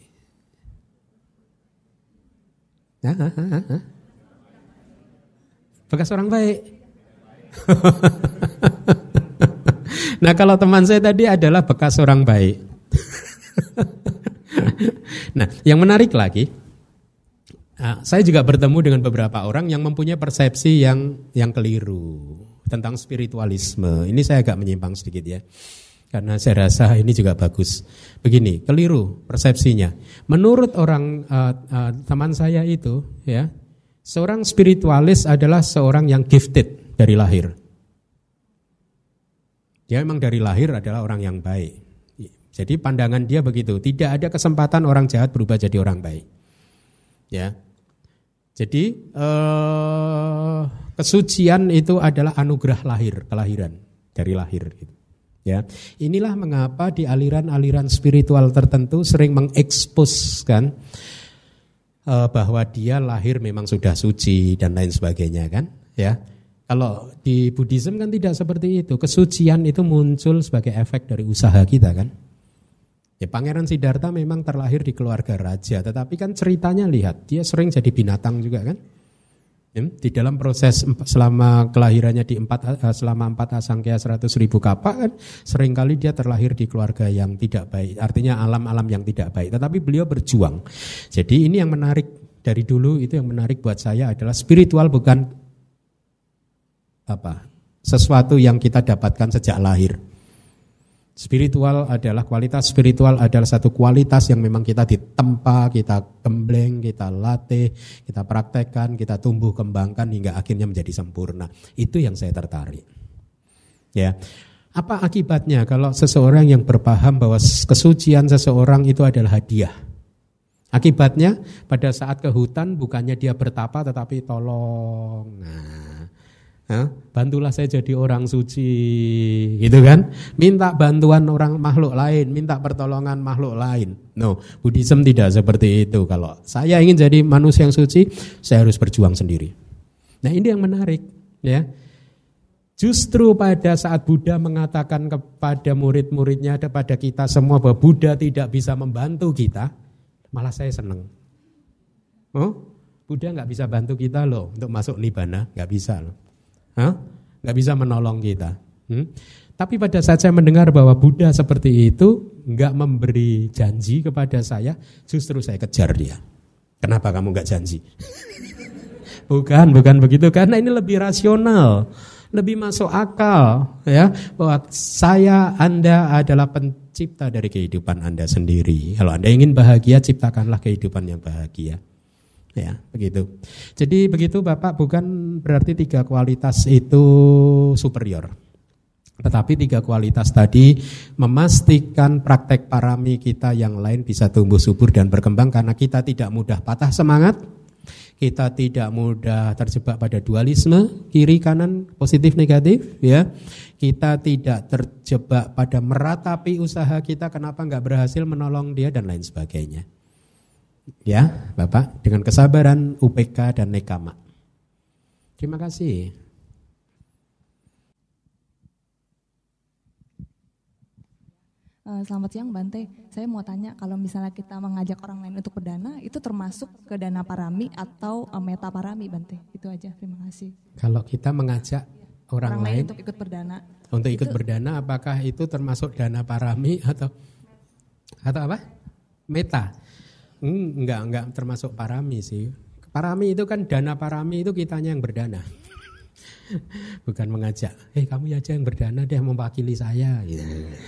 Bekas orang baik. Nah, kalau teman saya tadi adalah bekas orang baik. Nah, yang menarik lagi, saya juga bertemu dengan beberapa orang yang mempunyai persepsi yang keliru tentang spiritualisme. Ini saya agak menyimpang sedikit ya. Karena saya rasa ini juga bagus. Begini, keliru persepsinya. Menurut orang teman saya itu, ya, seorang spiritualis adalah seorang yang gifted dari lahir. Dia memang dari lahir adalah orang yang baik. Jadi pandangan dia begitu. Tidak ada kesempatan orang jahat berubah jadi orang baik. Ya. Jadi kesucian itu adalah anugerah kelahiran dari lahir. Gitu. Ya, inilah mengapa di aliran-aliran spiritual tertentu sering mengeksposkan bahwa dia lahir memang sudah suci dan lain sebagainya kan, ya. Kalau di Buddhism kan tidak seperti itu. Kesucian itu muncul sebagai efek dari usaha kita kan. Ya, Pangeran Siddhartha memang terlahir di keluarga raja, tetapi kan ceritanya lihat, dia sering jadi binatang juga kan. Di dalam proses selama kelahirannya selama 4 asangkaya 100.000 kapak kan, seringkali dia terlahir di keluarga yang tidak baik, artinya alam-alam yang tidak baik, tetapi beliau berjuang. Jadi ini yang menarik dari dulu, itu yang menarik buat saya adalah spiritual bukan sesuatu yang kita dapatkan sejak lahir. Spiritual adalah kualitas spiritual adalah satu kualitas yang memang kita ditempa, kita gembleng, kita latih, kita praktekkan, kita tumbuh kembangkan hingga akhirnya menjadi sempurna. Itu yang saya tertarik. Ya. Apa akibatnya kalau seseorang yang berpaham bahwa kesucian seseorang itu adalah hadiah? Akibatnya pada saat ke hutan bukannya dia bertapa tetapi tolong. Bantulah saya jadi orang suci, gitu kan? Minta bantuan orang makhluk lain, minta pertolongan makhluk lain. No, Buddhism tidak seperti itu. Kalau saya ingin jadi manusia yang suci, saya harus berjuang sendiri. Nah, ini yang menarik, ya. Justru pada saat Buddha mengatakan kepada murid-muridnya, kepada kita semua bahwa Buddha tidak bisa membantu kita, malah saya senang. Oh, Buddha nggak bisa bantu kita loh untuk masuk nibbana, nggak bisa loh. Nggak bisa menolong kita. Tapi pada saat saya mendengar bahwa Buddha seperti itu, nggak memberi janji kepada saya, justru saya kejar dia. Kenapa kamu nggak janji? Bukan begitu, karena ini lebih rasional, lebih masuk akal, ya, bahwa Anda adalah pencipta dari kehidupan Anda sendiri. Kalau Anda ingin bahagia, ciptakanlah kehidupan yang bahagia. Ya, begitu. Jadi begitu Bapak, bukan berarti 3 kualitas itu superior. Tetapi 3 kualitas tadi memastikan praktek parami kita yang lain bisa tumbuh subur dan berkembang karena kita tidak mudah patah semangat, kita tidak mudah terjebak pada dualisme, kiri kanan, positif negatif, ya. Kita tidak terjebak pada meratapi usaha kita kenapa enggak berhasil menolong dia dan lain sebagainya. Ya, Bapak, dengan kesabaran, UPK dan nekama. Terima kasih. Selamat siang Bante, saya mau tanya kalau misalnya kita mengajak orang lain untuk berdana, itu termasuk ke dana parami atau meta parami Bante? Itu aja, terima kasih. Kalau kita mengajak orang lain untuk ikut berdana. Untuk ikut berdana, apakah itu termasuk dana parami atau apa? Meta? Enggak termasuk parami sih. Parami itu kan dana parami itu kitanya yang berdana. Bukan mengajak, kamu aja yang berdana deh mewakili saya gitu.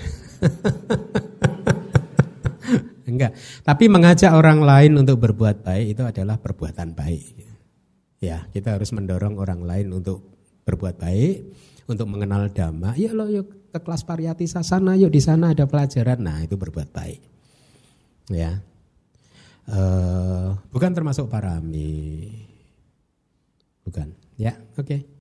Enggak, tapi mengajak orang lain untuk berbuat baik itu adalah perbuatan baik. Ya, kita harus mendorong orang lain untuk berbuat baik, untuk mengenal Dhamma. Yuk ke kelas Pariyati Sasana, yuk di sana ada pelajaran. Nah, itu berbuat baik. Ya. Bukan termasuk parami. Bukan. Ya, oke.